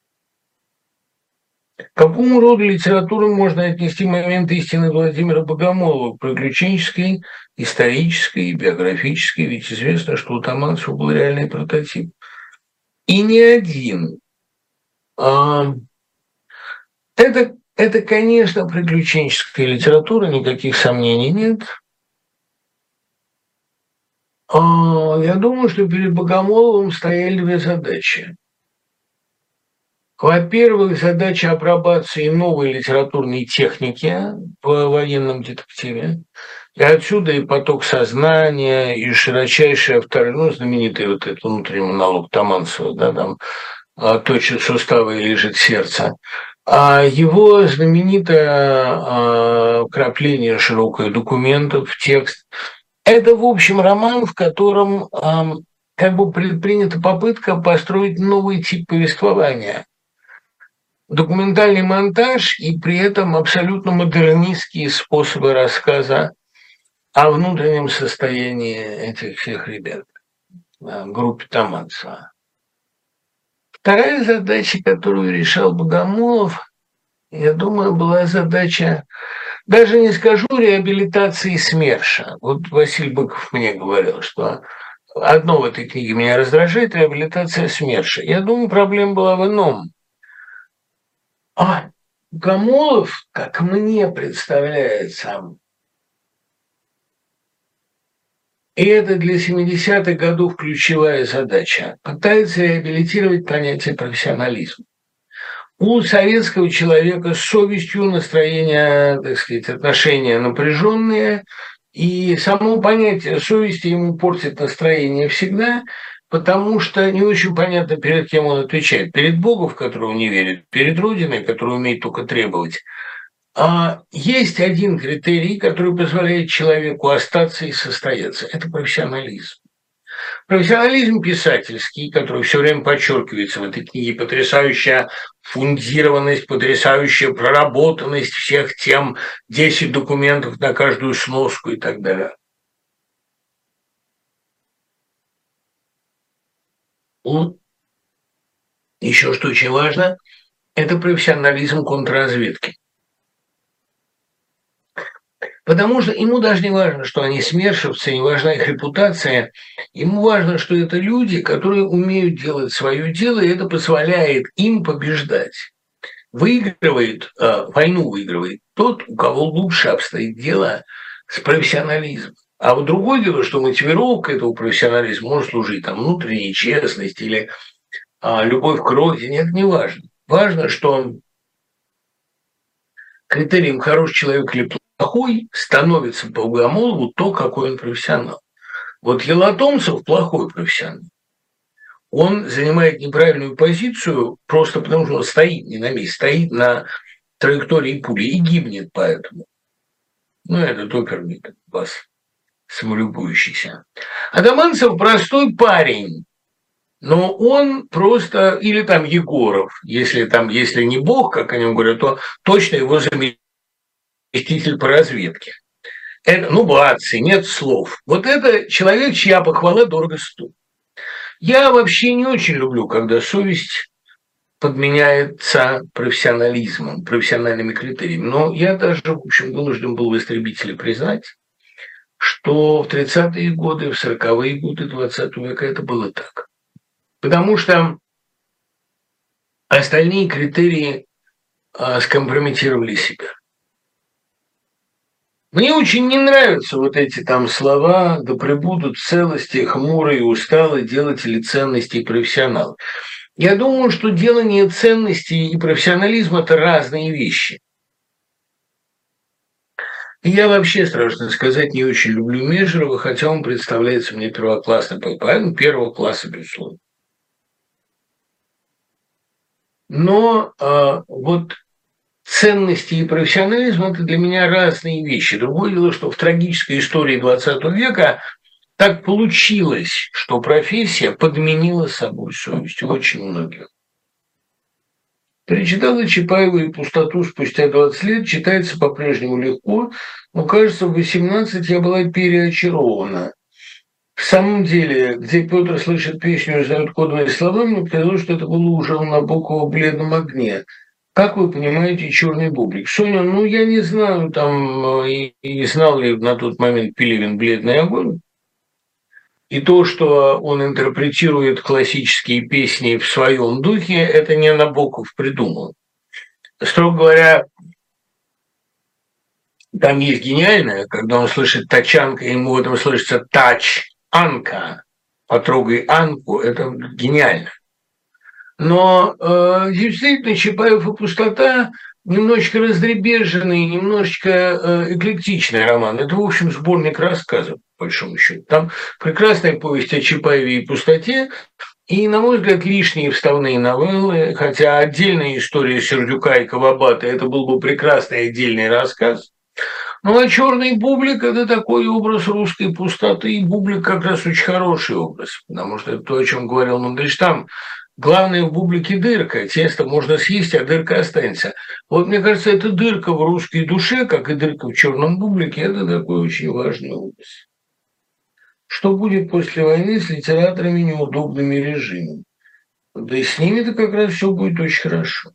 К какому роду литературы можно отнести момент истины Владимира Богомолова, приключенческой, исторической и биографической? Ведь известно, что у Таманцева был реальный прототип. И не один. Это, это, конечно, приключенческая литература, никаких сомнений нет. Я думаю, что перед Богомоловым стояли две задачи. Во-первых, задача апробации новой литературной техники в военном детективе. И отсюда и поток сознания, и широчайший автор, ну, знаменитый вот этот внутренний монолог Таманцева, да, там точат суставы и лежит сердце. А его знаменитое вкрапление широкое документов в текст. Это, в общем, роман, в котором как бы предпринята попытка построить новый тип повествования. Документальный монтаж и при этом абсолютно модернистские способы рассказа о внутреннем состоянии этих всех ребят, группе Таманцева. Вторая задача, которую решал Богомолов, я думаю, была задача, даже не скажу, реабилитации СМЕРШа. Вот Василий Быков мне говорил, что одно в этой книге меня раздражает – реабилитация СМЕРШа. Я думаю, проблема была в ином. А, Богомолов, как мне представляется, и это для семидесятых годов ключевая задача, пытается реабилитировать понятие профессионализма. У советского человека с совестью настроения, так сказать, отношения напряженные, и само понятие совести ему портит настроение всегда, потому что не очень понятно, перед кем он отвечает. Перед Богом, в которого он не верит, перед Родиной, которая умеет только требовать. А есть один критерий, который позволяет человеку остаться и состояться. Это профессионализм. Профессионализм писательский, который все время подчеркивается в этой книге, потрясающая фундированность, потрясающая проработанность всех тем, десять документов на каждую сноску и так далее. И еще что очень важно, это профессионализм контрразведки. Потому что ему даже не важно, что они смершивцы, не важна их репутация. Ему важно, что это люди, которые умеют делать свое дело, и это позволяет им побеждать. Выигрывает, э, войну выигрывает тот, у кого лучше обстоит дело с профессионализмом. А вот другое дело, что мотивировка этого профессионализма может служить там, внутренней честности или а, любовь к родине. Это не важно. Важно, что критерием хороший человек или плохой становится по Богомолову то, какой он профессионал. Вот Елатомцев плохой профессионал. Он занимает неправильную позицию просто потому, что он стоит не на месте, стоит на траектории пули и гибнет поэтому. Ну, это оперный бас, самолюбующийся. Адаманцев простой парень, но он просто, или там Егоров, если там, если не бог, как о нем говорят, то точно его заместитель по разведке. Это, ну, братцы, нет слов. Вот это человек, чья похвала дорого стоит. Я вообще не очень люблю, когда совесть подменяется профессионализмом, профессиональными критериями. Но я даже, в общем, вынужден был в истребителе признать, что в тридцатые годы, в сороковые годы двадцатого века это было так. Потому что остальные критерии а, скомпрометировали себя. Мне очень не нравятся вот эти там слова «да пребудут в целости хмурые и усталые делатели ценностей и профессионалы». Я думаю, что делание ценностей и профессионализм – это разные вещи. И я вообще, страшно сказать, не очень люблю Межерова, хотя он представляется мне первоклассным поэтом, первого класса, безусловно. Но э, вот ценности и профессионализм – это для меня разные вещи. Другое дело, что в трагической истории двадцатого века так получилось, что профессия подменила собой совесть очень многих. Перечитала Чапаева и «Пустоту» спустя двадцать лет, читается по-прежнему легко, но, кажется, в восемнадцать я была переочарована. В самом деле, где Петр слышит песню и знает кодовые слова, мне показалось, что это было уже у Набокова в «Бледном огне». Как вы понимаете, «Черный бублик»? Соня, ну, я не знаю, там, и, и знал ли на тот момент Пелевин «Бледный огонь». И то, что он интерпретирует классические песни в своем духе, это не Набоков придумал. Строго говоря, там есть гениальное, когда он слышит «тачанка», ему в этом слышится «тач-анка», «потрогай Анку», это гениально. Но э, действительно Чапаев и «Пустота» немножечко раздребезженный, немножечко э, эклектичный роман. Это, в общем, сборник рассказов, по большому счету. Там прекрасная повесть о Чапаеве и пустоте, и, на мой взгляд, лишние вставные новеллы, хотя отдельная история Сердюка и Кавабата – это был бы прекрасный отдельный рассказ. Ну, а «Черный бублик» – это такой образ русской пустоты, и бублик как раз очень хороший образ, потому что это то, о чем говорил Мандельштам. Главное в бублике дырка, тесто можно съесть, а дырка останется. Вот мне кажется, эта дырка в русской душе, как и дырка в черном бублике, это такой очень важный образ. Что будет после войны с литераторами неудобными режимом? Да и с ними-то как раз все будет очень хорошо.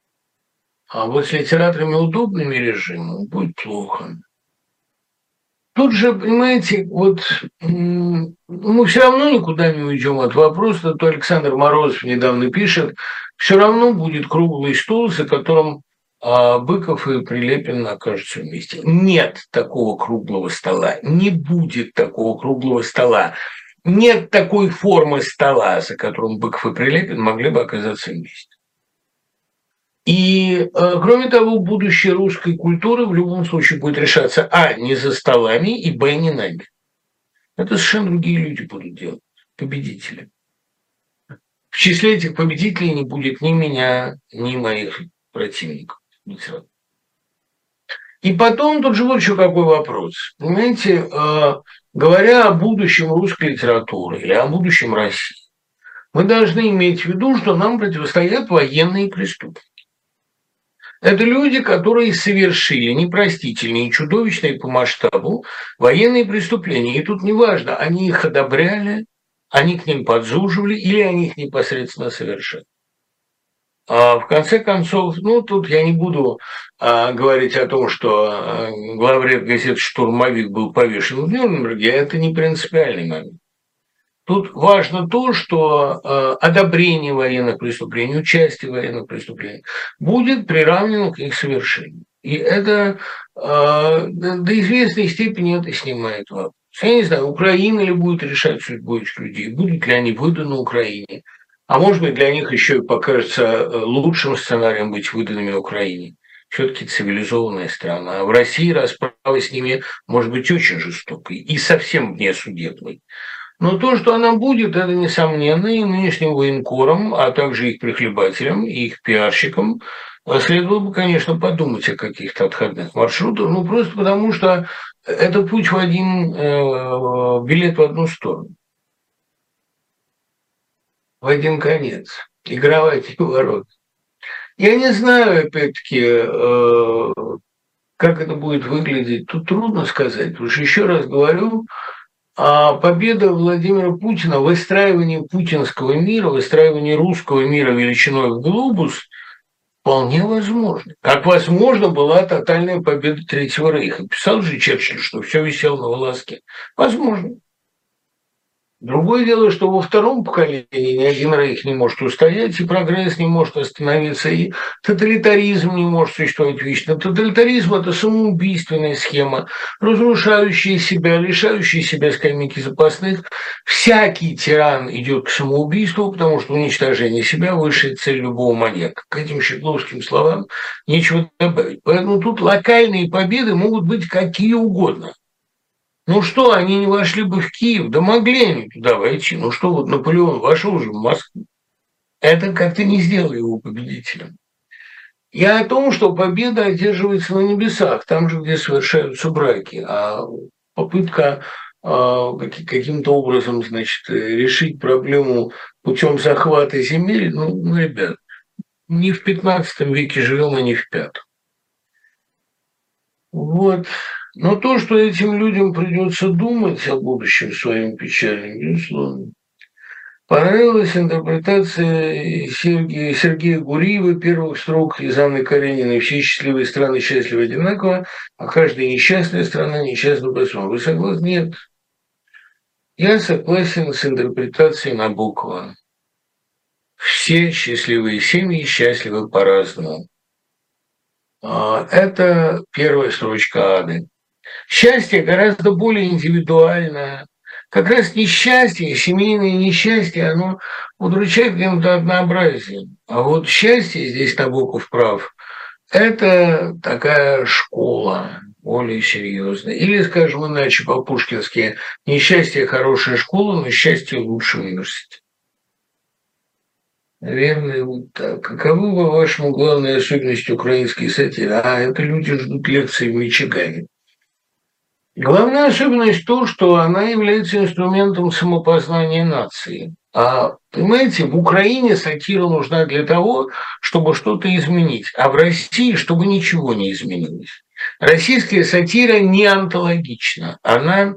А вот с литераторами удобными режимом будет плохо. Тут же, понимаете, вот мы все равно никуда не уйдем от вопроса, то Александр Морозов недавно пишет, все равно будет круглый стол, за которым а, Быков и Прилепин окажутся вместе. Нет такого круглого стола, не будет такого круглого стола, нет такой формы стола, за которым Быков и Прилепин могли бы оказаться вместе. И, кроме того, будущее русской культуры в любом случае будет решаться, а, не за столами, и, б, не нами. Это совершенно другие люди будут делать, победители. В числе этих победителей не будет ни меня, ни моих противников. И потом тут же вот еще какой вопрос. Понимаете, говоря о будущем русской литературы или о будущем России, мы должны иметь в виду, что нам противостоят военные преступники. Это люди, которые совершили непростительные, чудовищные по масштабу военные преступления. И тут неважно, они их одобряли, они к ним подзуживали или они их непосредственно совершали. А в конце концов, ну, тут я не буду а, говорить о том, что а, главред газеты «Штурмовик» был повешен в Нюрнберге, это не принципиальный момент. Тут важно то, что э, одобрение военных преступлений, участие в военных преступлениях будет приравнено к их совершению. И это э, до известной степени это снимает вопрос. Я не знаю, Украина ли будет решать судьбу этих людей, будут ли они выданы Украине, а может быть для них еще и покажется лучшим сценарием быть выданными Украине. Все-таки цивилизованная страна. А в России расправа с ними может быть очень жестокой и совсем внесудебной. Но то, что она будет, это несомненно, и нынешним военкорам, а также их прихлебателям, и их пиарщикам следовало бы, конечно, подумать о каких-то отходных маршрутах, ну, просто потому что это путь в один, э, билет в одну сторону, в один конец, игра в эти ворота. Я не знаю, опять-таки, э, как это будет выглядеть, тут трудно сказать, потому что, еще раз говорю, а победа Владимира Путина в выстраивании путинского мира, выстраивании русского мира величиной в глобус вполне возможно. Как возможно была тотальная победа Третьего Рейха. Писал же Черчилль, что все висело на волоске. Возможно. Другое дело, что во втором поколении ни один рейх не может устоять, и прогресс не может остановиться, и тоталитаризм не может существовать вечно. Тоталитаризм – это самоубийственная схема, разрушающая себя, лишающая себя скамейки запасных. Всякий тиран идет к самоубийству, потому что уничтожение себя – высшая цель любого маньяка. К этим щегловским словам нечего добавить. Поэтому тут локальные победы могут быть какие угодно. Ну что, они не вошли бы в Киев? Да могли они туда войти. Ну что, вот Наполеон вошел уже в Москву. Это как-то не сделало его победителем. И о том, что победа одерживается на небесах, там же, где совершаются браки, а попытка а, каким-то образом, значит, решить проблему путем захвата земель, ну, ну, ребят, не в пятнадцатом веке живем, а не в пятом. Вот. Но то, что этим людям придется думать о будущем своем печальном, безусловно. Понравилась интерпретация Сергея, Сергея Гуриева первых строк из Анны Карениной «Все счастливые страны счастливы одинаково, а каждая несчастная страна несчастна по-своему». Вы согласны? Нет. Я согласен с интерпретацией Набокова. Все счастливые семьи счастливы по-разному. Это первая строчка Ады. Счастье гораздо более индивидуальное. Как раз несчастье, семейное несчастье, оно удручает каким-то однообразием. А вот счастье, здесь Набоков прав, это такая школа более серьезная. Или, скажем иначе, по-пушкински, несчастье – хорошая школа, но счастье – лучший университет. Наверное, вот так. Каковы, по-вашему, главные особенности украинской сатиры? А, это люди ждут лекции в Мичигане. Главная особенность в том, что она является инструментом самопознания нации. А, понимаете, в Украине сатира нужна для того, чтобы что-то изменить, а в России, чтобы ничего не изменилось. Российская сатира не онтологична, она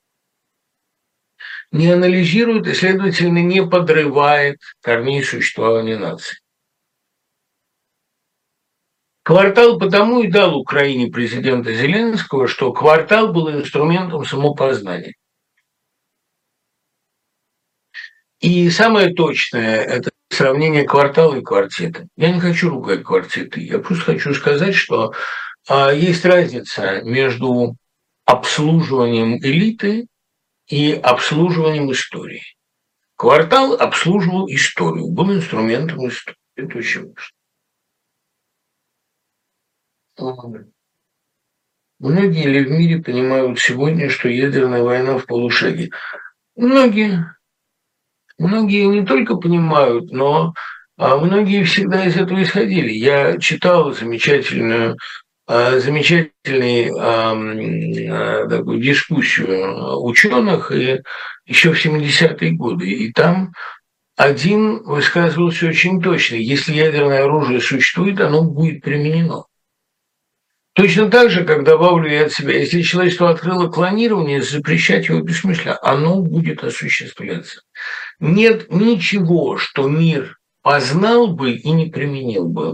не анализирует и, следовательно, не подрывает корней существования нации. «Квартал» потому и дал Украине президента Зеленского, что «Квартал» был инструментом самопознания. И самое точное – это сравнение «Квартала» и «Квартета». Я не хочу ругать «Квартеты», я просто хочу сказать, что а, есть разница между обслуживанием элиты и обслуживанием истории. «Квартал» обслуживал историю, был инструментом истории. Это очень важно. Многие ли в мире понимают сегодня, что ядерная война в полушаге? Многие. Многие не только понимают, но а, многие всегда из этого исходили. Я читал замечательную, а, замечательный, а, а, такую дискуссию ученых и еще в семидесятые годы, и там один высказывался очень точно: если ядерное оружие существует, оно будет применено. Точно так же, как добавлю я от себя, если человечество открыло клонирование, запрещать его бессмысленно, оно будет осуществляться. Нет ничего, что мир познал бы и не применил бы.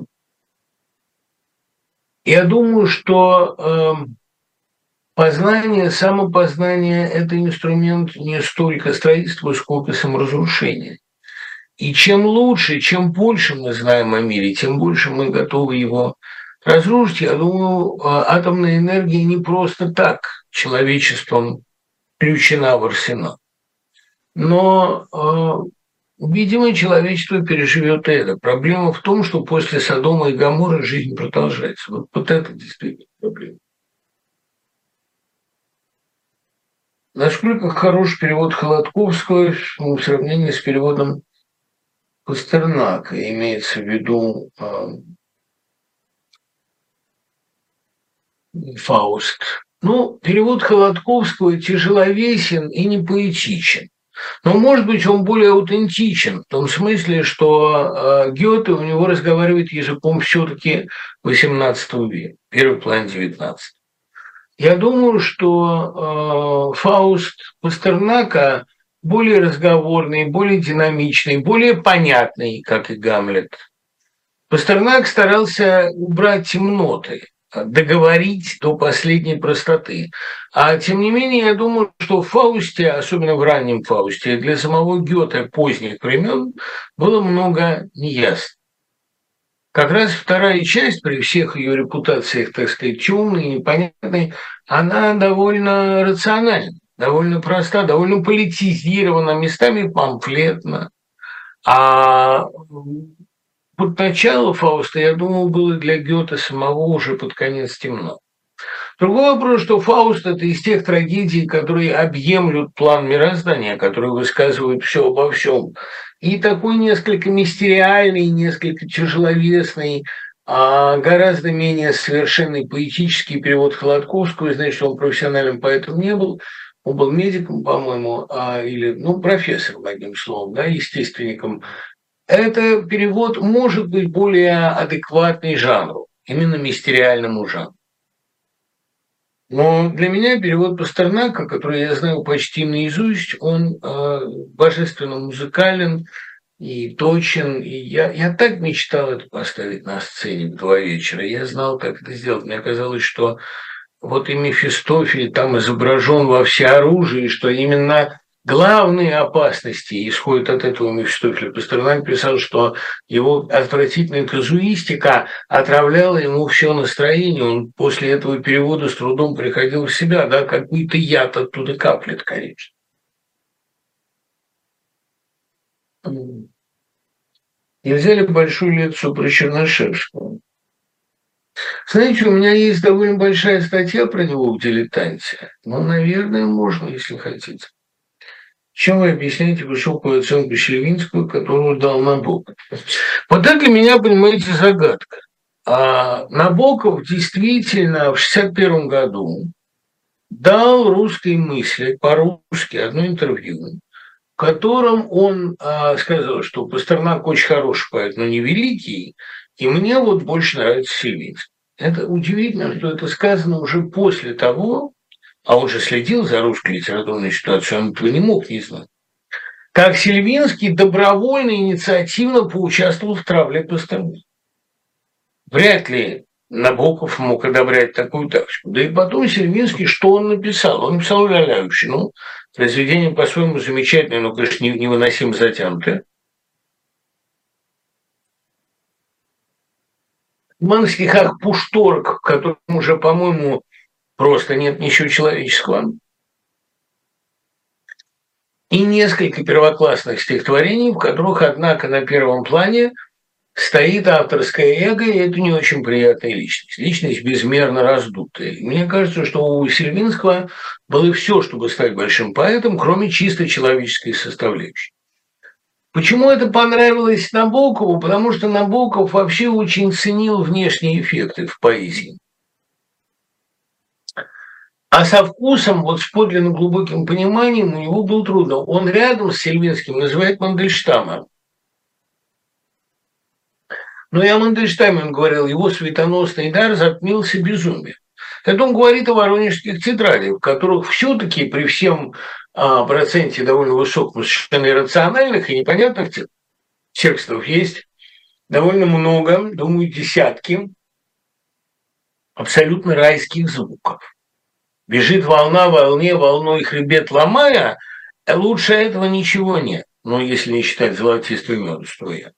Я думаю, что э, познание, самопознание – это инструмент не столько строительства, сколько саморазрушения. И чем лучше, чем больше мы знаем о мире, тем больше мы готовы его разрушить. Я думаю, атомная энергия не просто так человечеством включена в арсенал. Но, видимо, человечество переживет это. Проблема в том, что после Содома и Гоморры жизнь продолжается. Вот, вот это действительно проблема. Насколько хорош перевод Холодковского в сравнении с переводом Пастернака, имеется в виду Фауст. Ну, перевод Холодковского тяжеловесен и не поэтичен. Но, может быть, он более аутентичен, в том смысле, что Гёте у него разговаривает языком все-таки восемнадцатого века, первой половины девятнадцатого. Я думаю, что э, Фауст Пастернака более разговорный, более динамичный, более понятный, как и Гамлет. Пастернак старался убрать темноты, договорить до последней простоты. А тем не менее, я думаю, что в Фаусте, особенно в раннем Фаусте, для самого Гёте поздних времен было много неясно. Как раз вторая часть, при всех ее репутациях, так сказать, темной, непонятной, она довольно рациональна, довольно проста, довольно политизирована, местами памфлетна. А под начало Фауста, я думаю, было для Гёте самого уже под конец темно. Другой вопрос, что Фауст – это из тех трагедий, которые объемлют план мироздания, которые высказывают все обо всем. И такой несколько мистериальный, несколько тяжеловесный, а гораздо менее совершенный поэтический перевод Холодковского. Значит, он профессиональным поэтом не был. Он был медиком, по-моему, а, или, ну, профессором, одним словом, да, естественником. Это перевод может быть более адекватный жанру, именно мистериальному жанру. Но для меня перевод Пастернака, который я знаю почти наизусть, он э, божественно музыкален и точен. И я, я так мечтал это поставить на сцене в два вечера. Я знал, как это сделать. Мне казалось, что вот и Мефистофель там изображен во всеоружии, что именно главные опасности исходят от этого Мефистофеля. Пастернак писал, что его отвратительная казуистика отравляла ему все настроение. Он после этого перевода с трудом приходил в себя, да, какой-то яд оттуда каплет, конечно. И взяли большую лекцию про Чернышевского. Знаете, у меня есть довольно большая статья про него в «Дилетанте». Ну, наверное, можно, если хотите. Чем вы объясняете высокую оценку Щелевинского, которую дал Набоков? Вот это для меня, понимаете, загадка. А Набоков действительно в шестьдесят первом году дал русской мысли по-русски одно интервью, в котором он а, сказал, что Пастернак очень хороший поэт, но не великий, и мне вот больше нравится Щелевинский. Это удивительно, что это сказано уже после того, а он же следил за русской литературной ситуацией, он этого не мог не знать, как Щелевинский добровольно, инициативно поучаствовал в травле Пастернака. Вряд ли Набоков мог одобрять такую тактику. Да и потом Сельвинский, что он написал? Он написал «Уляляющий». Произведение по-своему замечательное, но, конечно, невыносимо затянутое. В моих стихах Пушторг, в котором уже, по-моему, просто нет ничего человеческого. И несколько первоклассных стихотворений, в которых, однако, на первом плане стоит авторское эго, и это не очень приятная личность. Личность безмерно раздутая. И мне кажется, что у Сельвинского было все, чтобы стать большим поэтом, кроме чисто человеческой составляющей. Почему это понравилось Набокову? Потому что Набоков вообще очень ценил внешние эффекты в поэзии. А со вкусом, вот с подлинно глубоким пониманием у него было трудно. Он рядом с Сельвинским называет Мандельштама. Но я о Мандельштаме говорил, его светоносный дар затмился безумием. Это он говорит о воронежских тетрадях, в которых все-таки при всем а, проценте довольно высоком совершенно иррациональных и непонятных текстов есть довольно много, думаю, десятки абсолютно райских звуков. Бежит волна волне, волной хребет ломая, а лучше этого ничего нет. Ну, если не считать золотистую меду струя.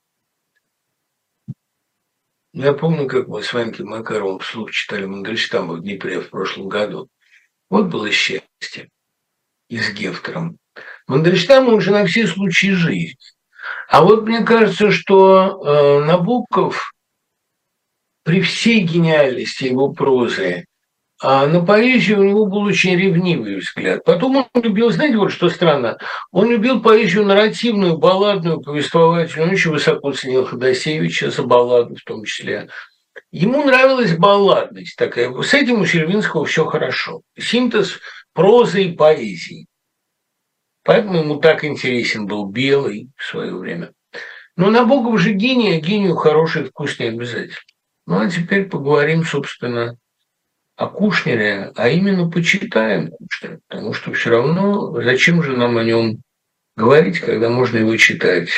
Я помню, как мы с Ванькой Макаровым вслух читали Мандельштама в Днепре в прошлом году. Вот было счастье. И с Гефтером. Мандельштам, он же на все случаи жизни. А вот мне кажется, что э, Набоков при всей гениальности его прозы, а на поэзию у него был очень ревнивый взгляд. Потом он любил, знаете, вот что странно, он любил поэзию нарративную, балладную, повествовательную. Он очень высоко ценил Ходосевича за балладу в том числе. Ему нравилась балладность такая. С этим у Сельвинского все хорошо. Синтез прозы и поэзии. Поэтому ему так интересен был Белый в свое время. Но Набоков же гений, а гению хороший вкус не обязательно. Ну, а теперь поговорим, собственно, о Кушнере, а именно почитаем Кушнера, потому что все равно зачем же нам о нем говорить, когда можно его читать?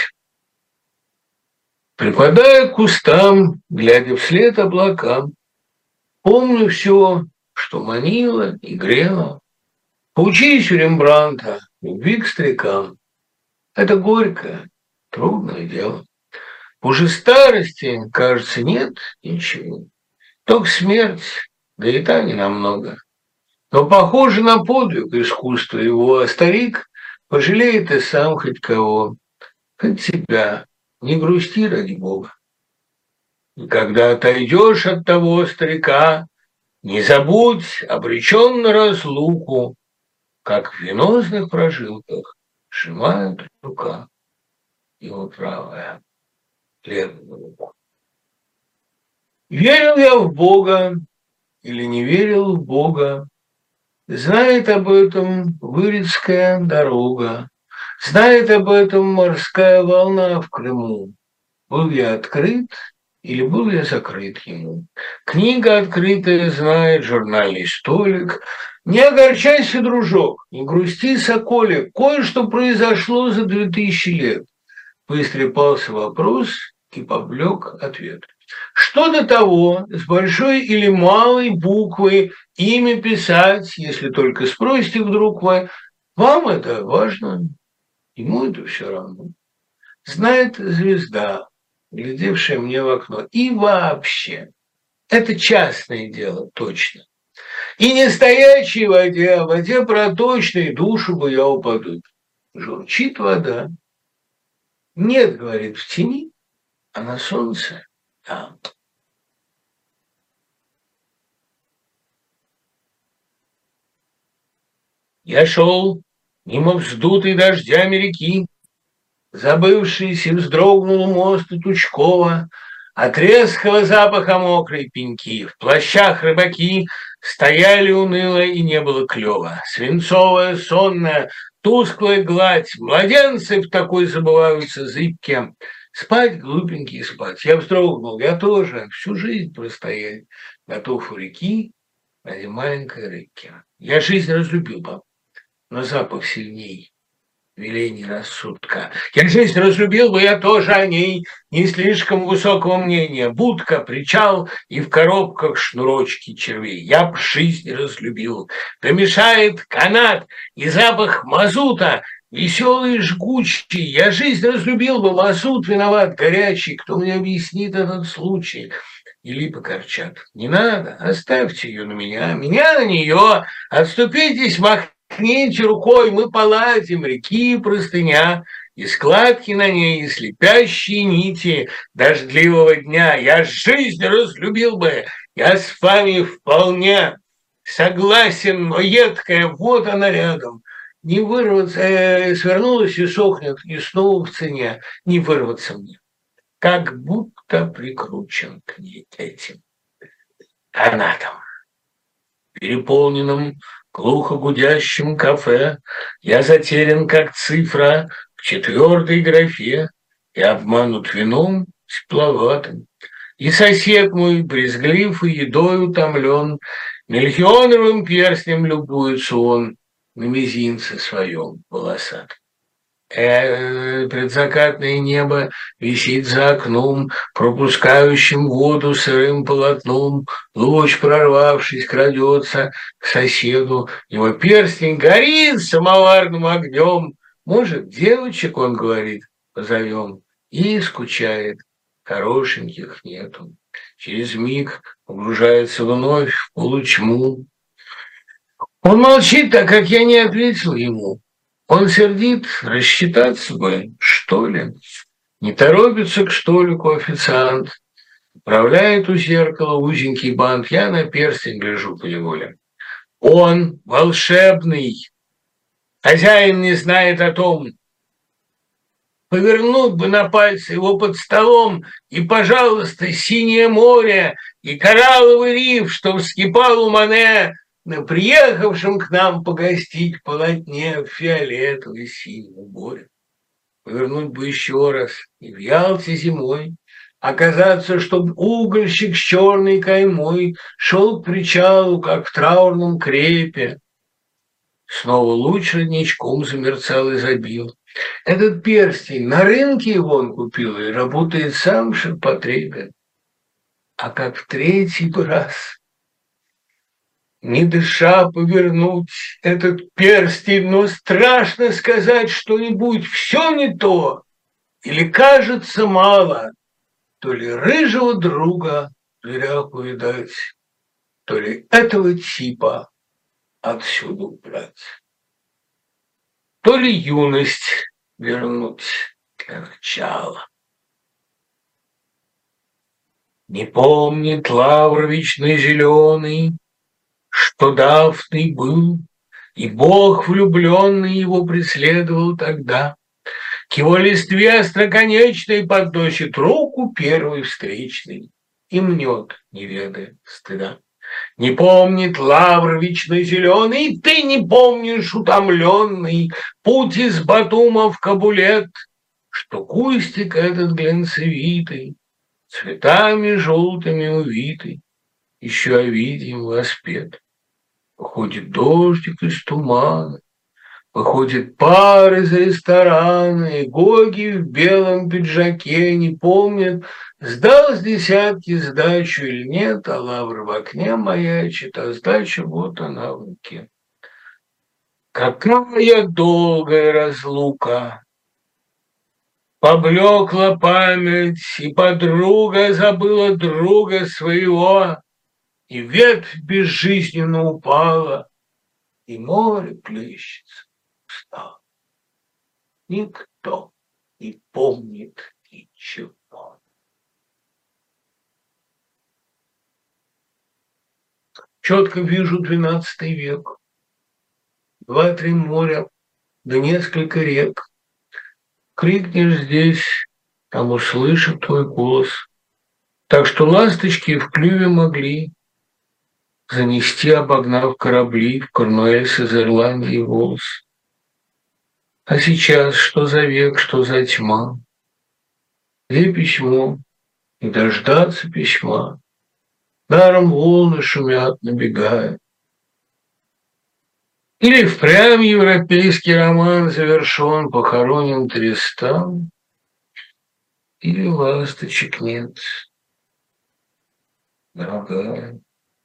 Припадая к кустам, глядя вслед облакам, помню все, что манило и грело. Поучись у Рембрандта, любви к старикам. Это горькое, трудное дело. Уже старости, кажется, нет ничего. Только смерть, да и та не намного. Но похоже на подвиг искусства его, а старик пожалеет и сам хоть кого, хоть себя. Не грусти, ради Бога. И когда отойдешь от того старика, не забудь, обречен на разлуку, как в венозных прожилках сжимает рука его правая левую руку. Верил я в Бога или не верил в Бога, знает об этом Вырицкая дорога, знает об этом морская волна в Крыму. Был я открыт или был я закрыт ему? Книга открытая знает, журнальный столик. Не огорчайся, дружок, не грусти, соколик, кое-что произошло за две тысячи лет. Поистрепался вопрос и поблек ответ. Что до того, с большой или малой буквы имя писать, если только спросите вдруг вы, вам это важно, ему это все равно. Знает звезда, глядевшая мне в окно. И вообще, это частное дело, точно. И не стоячей воде, а в воде проточной душу бы я упаду. Журчит вода. Нет, говорит, в тени, а на солнце там. Я шел мимо вздутой дождями реки, забывшийся вздрогнул мост и Тучкова, от резкого запаха мокрой пеньки. В плащах рыбаки стояли уныло, и не было клёва. Свинцовая, сонная, тусклая гладь, младенцы в такой забываются зыбке. Спать, глупенький, спать. Я вздрогнул, я тоже всю жизнь простоять готов у реки ради маленькой рыбки. Я жизнь разлюбил бы, но запах сильней. велений рассудка. Я жизнь разлюбил бы, я тоже о ней не слишком высокого мнения. Будка, причал и в коробках шнурочки червей. Я б жизнь разлюбил. Помешает канат и запах мазута, веселый и жгучий. Я жизнь разлюбил бы, мазут виноват горячий. Кто мне объяснит этот случай? И липы корчат. Не надо, оставьте ее на меня, меня на нее. Отступитесь, махните рукой, мы поладим. Реки простыня, и складки на ней, и слепящие нити дождливого дня. Я жизнь разлюбил бы, я с вами вполне согласен, но едкая, вот она рядом. Не вырваться, э, свернулась и сохнет, и снова в цене. Не вырваться мне. Как будто прикручен к ней этим канатом. В переполненном, глухо гудящем кафе я затерян, как цифра, в четвертой графе и обманут вином тепловатым. И сосед мой, брезглив и едой утомлен, мельхионовым перстнем любуется он на мизинце своем волосатом. Э, предзакатное небо висит за окном, пропускающим воду сырым полотном. Луч, прорвавшись, крадется к соседу. Его перстень горит самоварным огнем. Может, девочек, он говорит, позовем. И скучает, хорошеньких нету. Через миг погружается вновь в полутьму. Он молчит, так как я не ответил ему. Он сердит, рассчитаться бы, что ли. Не торопится к столику официант. Управляет у зеркала узенький бант. Я на перстень гляжу поневоле. Он волшебный. Хозяин не знает о том. Повернут бы на пальцы его под столом, и, пожалуйста, синее море, и коралловый риф, что вскипал у Мане на приехавшем к нам погостить полотне в фиолетовой синем море. Повернуть бы еще раз и в Ялте зимой, оказаться, чтоб угольщик с черной каймой шел к причалу, как в траурном крепе. Снова луч родничком замерцал и забил. Этот перстень на рынке его он купил и работает сам в ширпотребе. А как в третий раз, не дыша, повернуть этот перстень, но страшно сказать что-нибудь, все не то, или кажется мало, то ли рыжего друга в дверях увидать, то ли этого типа отсюда убрать, то ли юность вернуть для начала. Не помнит Лавр вечно зеленый, что давный был, и Бог влюбленный его преследовал тогда. К его листве остроконечной подносит руку первый встречный и мнет, не ведая стыда. Не помнит Лавр вечно зеленый, и ты не помнишь, утомленный, путь из Батума в Кабулет, что кустик этот глянцевитый, цветами желтыми увитый, еще овидием воспет. Выходит дождик из тумана, выходит пар из ресторана, и Гоги в белом пиджаке не помнит, сдал с десятки сдачу или нет, а Лавр в окне маячит, а сдача вот она в руке. Какая долгая разлука! Поблекла память, и подруга забыла друга своего, и ветвь безжизненно упала, и море плещется, устало. Никто не помнит ничего. Четко вижу двенадцатый век, два-три моря, да несколько рек. Крикнешь здесь, там услышат твой голос. Так что ласточки в клюве могли занести, обогнав корабли в Корнуэльс из Ирландии волос. А сейчас что за век, что за тьма? Где письмо? Не дождаться письма. Даром волны шумят, набегая. Или впрямь европейский роман завершен, похоронен Тристан, или ласточек нет, дорогая.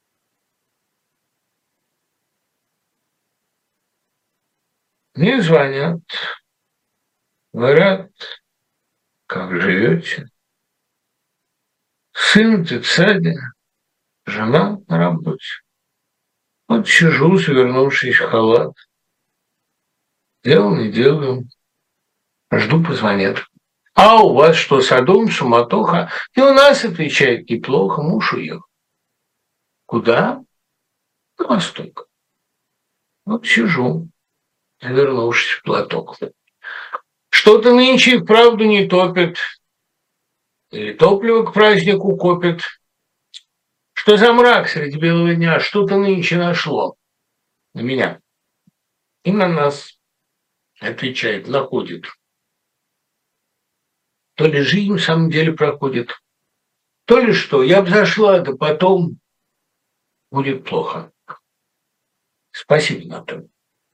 Мне звонят, говорят, как живете? Сын в детсаде, жена на работе. Вот сижу, свернувшись в халат. Дело не делаю. Жду, позвонят. А у вас что, Содом, суматоха? И у нас, отвечает, неплохо, муж уехал. Куда? На восток. Вот сижу, завернувшись в платок. Что-то нынче и вправду не топит. Или топливо к празднику копит. Что за мрак среди белого дня? Что-то нынче нашло на меня. И на нас, отвечает, находит. То ли жизнь в самом деле проходит, то ли что. Я б зашла, да потом будет плохо. Спасибо, Наталья.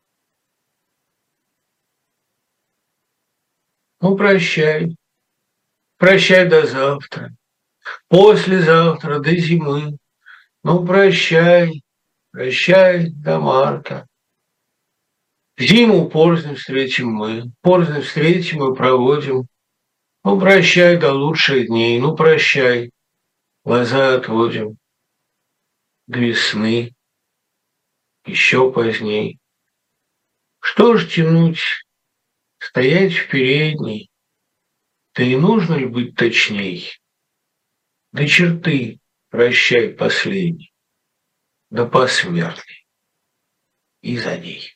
Ну, прощай. Прощай до завтра. Послезавтра, до зимы. Ну, прощай. Прощай до марта. Зиму порознь встретим мы. Порознь встретим и проводим. Ну, прощай до лучших дней. Ну, прощай. Глаза отводим. До весны. Еще поздней. Что ж тянуть? Стоять в передней. Да и нужно ли быть точней? До черты прощай последний, до посмертной и за ней.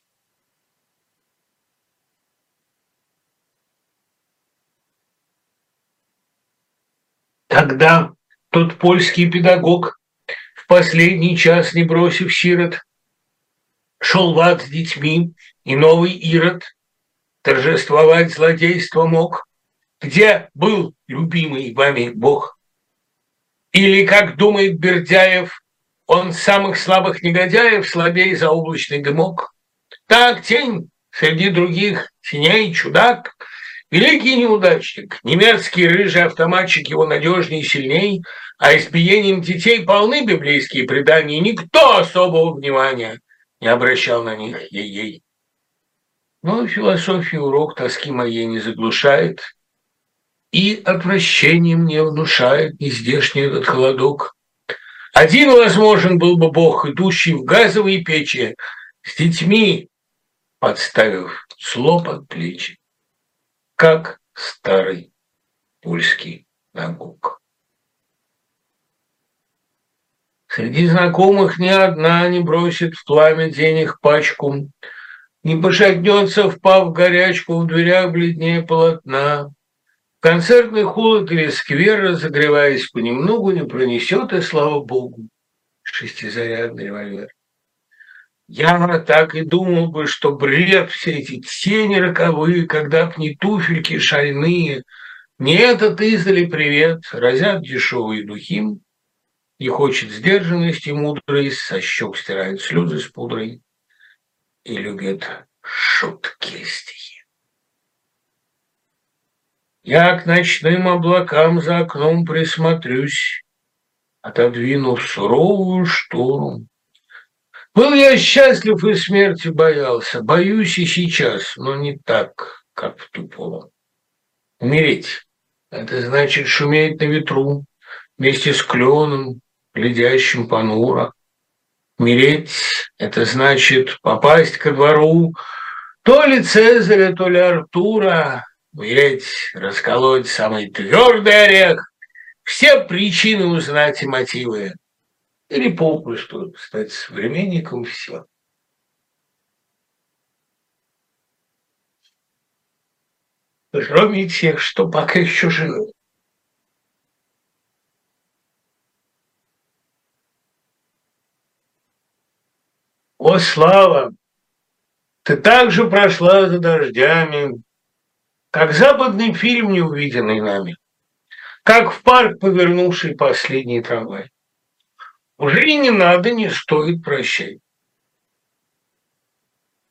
Тогда тот польский педагог, в последний час не бросив сирот, шел в ад с детьми, и новый Ирод торжествовать злодейство мог. Где был любимый вами Бог? Или, как думает Бердяев, он самых слабых негодяев слабее заоблачный дымок? Так тень среди других теней чудак, великий неудачник, немецкий рыжий автоматчик его надежнее и сильней, а избиением детей полны библейские предания, никто особого внимания не обращал на них, ей-ей. Но философия урок тоски моей не заглушает, и отвращением не внушает нездешний этот холодок. Один возможен был бы Бог, идущий в газовые печи, с детьми подставив зло под плечи, как старый польский нагук. Среди знакомых ни одна не бросит в пламя денег пачку, не пошатнется, впав в горячку, в дверях бледнее полотна. Концертный холод или сквер, разогреваясь понемногу, не пронесет, и слава богу, шестизарядный револьвер. Я так и думал бы, что бред, все эти тени роковые, когда б не туфельки шальные, не этот издали привет, разят дешевые духи, и хочет сдержанности мудрой, со щек стирает слезы с пудрой и любит шуткие стихи. Я к ночным облакам за окном присмотрюсь, отодвинув суровую штору. Был я счастлив и смерти боялся, боюсь и сейчас, но не так, как в ту пору. Умереть – это значит шуметь на ветру, вместе с кленом, глядящим понуро. Умереть – это значит попасть ко двору то ли Цезаря, то ли Артура. Умереть, расколоть самый твердый орех, все причины узнать и мотивы, или попросту стать современником всего. Кроме тех, что пока еще живы. О, слава! Ты также прошла за дождями, как западный фильм, не увиденный нами, как в парк повернувший последний трамвай. Уже и не надо, не стоит прощать.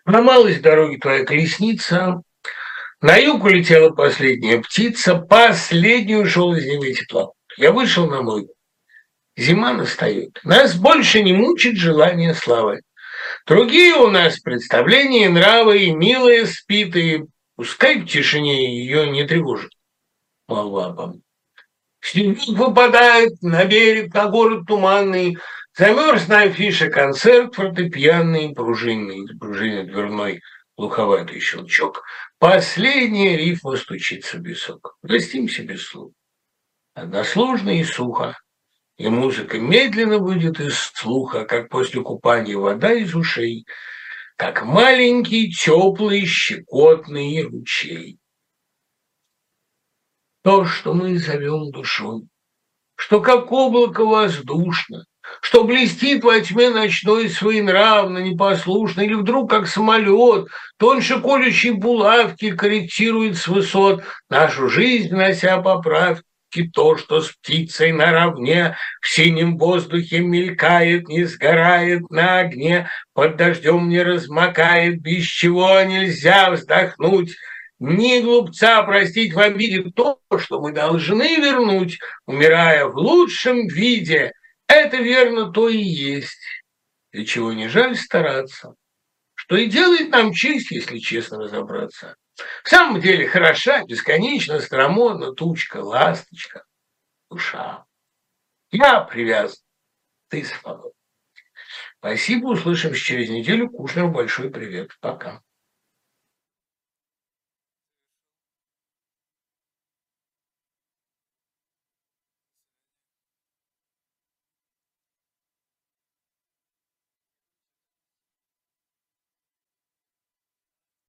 Ломалась в дороге твоя колесница, на юг улетела последняя птица, последний ушел из Невы теплоход. Я вышел на мойку. Зима настает. Нас больше не мучит желание славы. Другие у нас представления, нравы, и милые спит, и пускай в тишине ее не тревожит молва обо мне. Снег выпадает на берег, на город туманный, замерз на афише концерт фортепианный, пружинный, пружинный дверной глуховатый щелчок. Последняя рифма стучится в висок. Простимся без слов. Односложно и сухо. И музыка медленно выйдет из слуха, как после купания вода из ушей, как маленький, теплый, щекотный ручей. То, что мы зовем душой, что как облако воздушно, что блестит во тьме ночной своенравно, непослушно, или вдруг, как самолет, тоньше колющей булавки корректирует с высот нашу жизнь, нося поправки. То, что с птицей наравне в синем воздухе мелькает, не сгорает на огне, под дождем не размокает, без чего нельзя вздохнуть. Ни глупца простить в обиде то, что мы должны вернуть, умирая в лучшем виде. Это верно то и есть, для чего не жаль стараться, что и делает нам честь, если честно разобраться. В самом деле хороша, бесконечно старомодна тучка, ласточка, душа. Я привязан, ты свободен. Спасибо, услышимся через неделю. Кушнеру большой привет. Пока.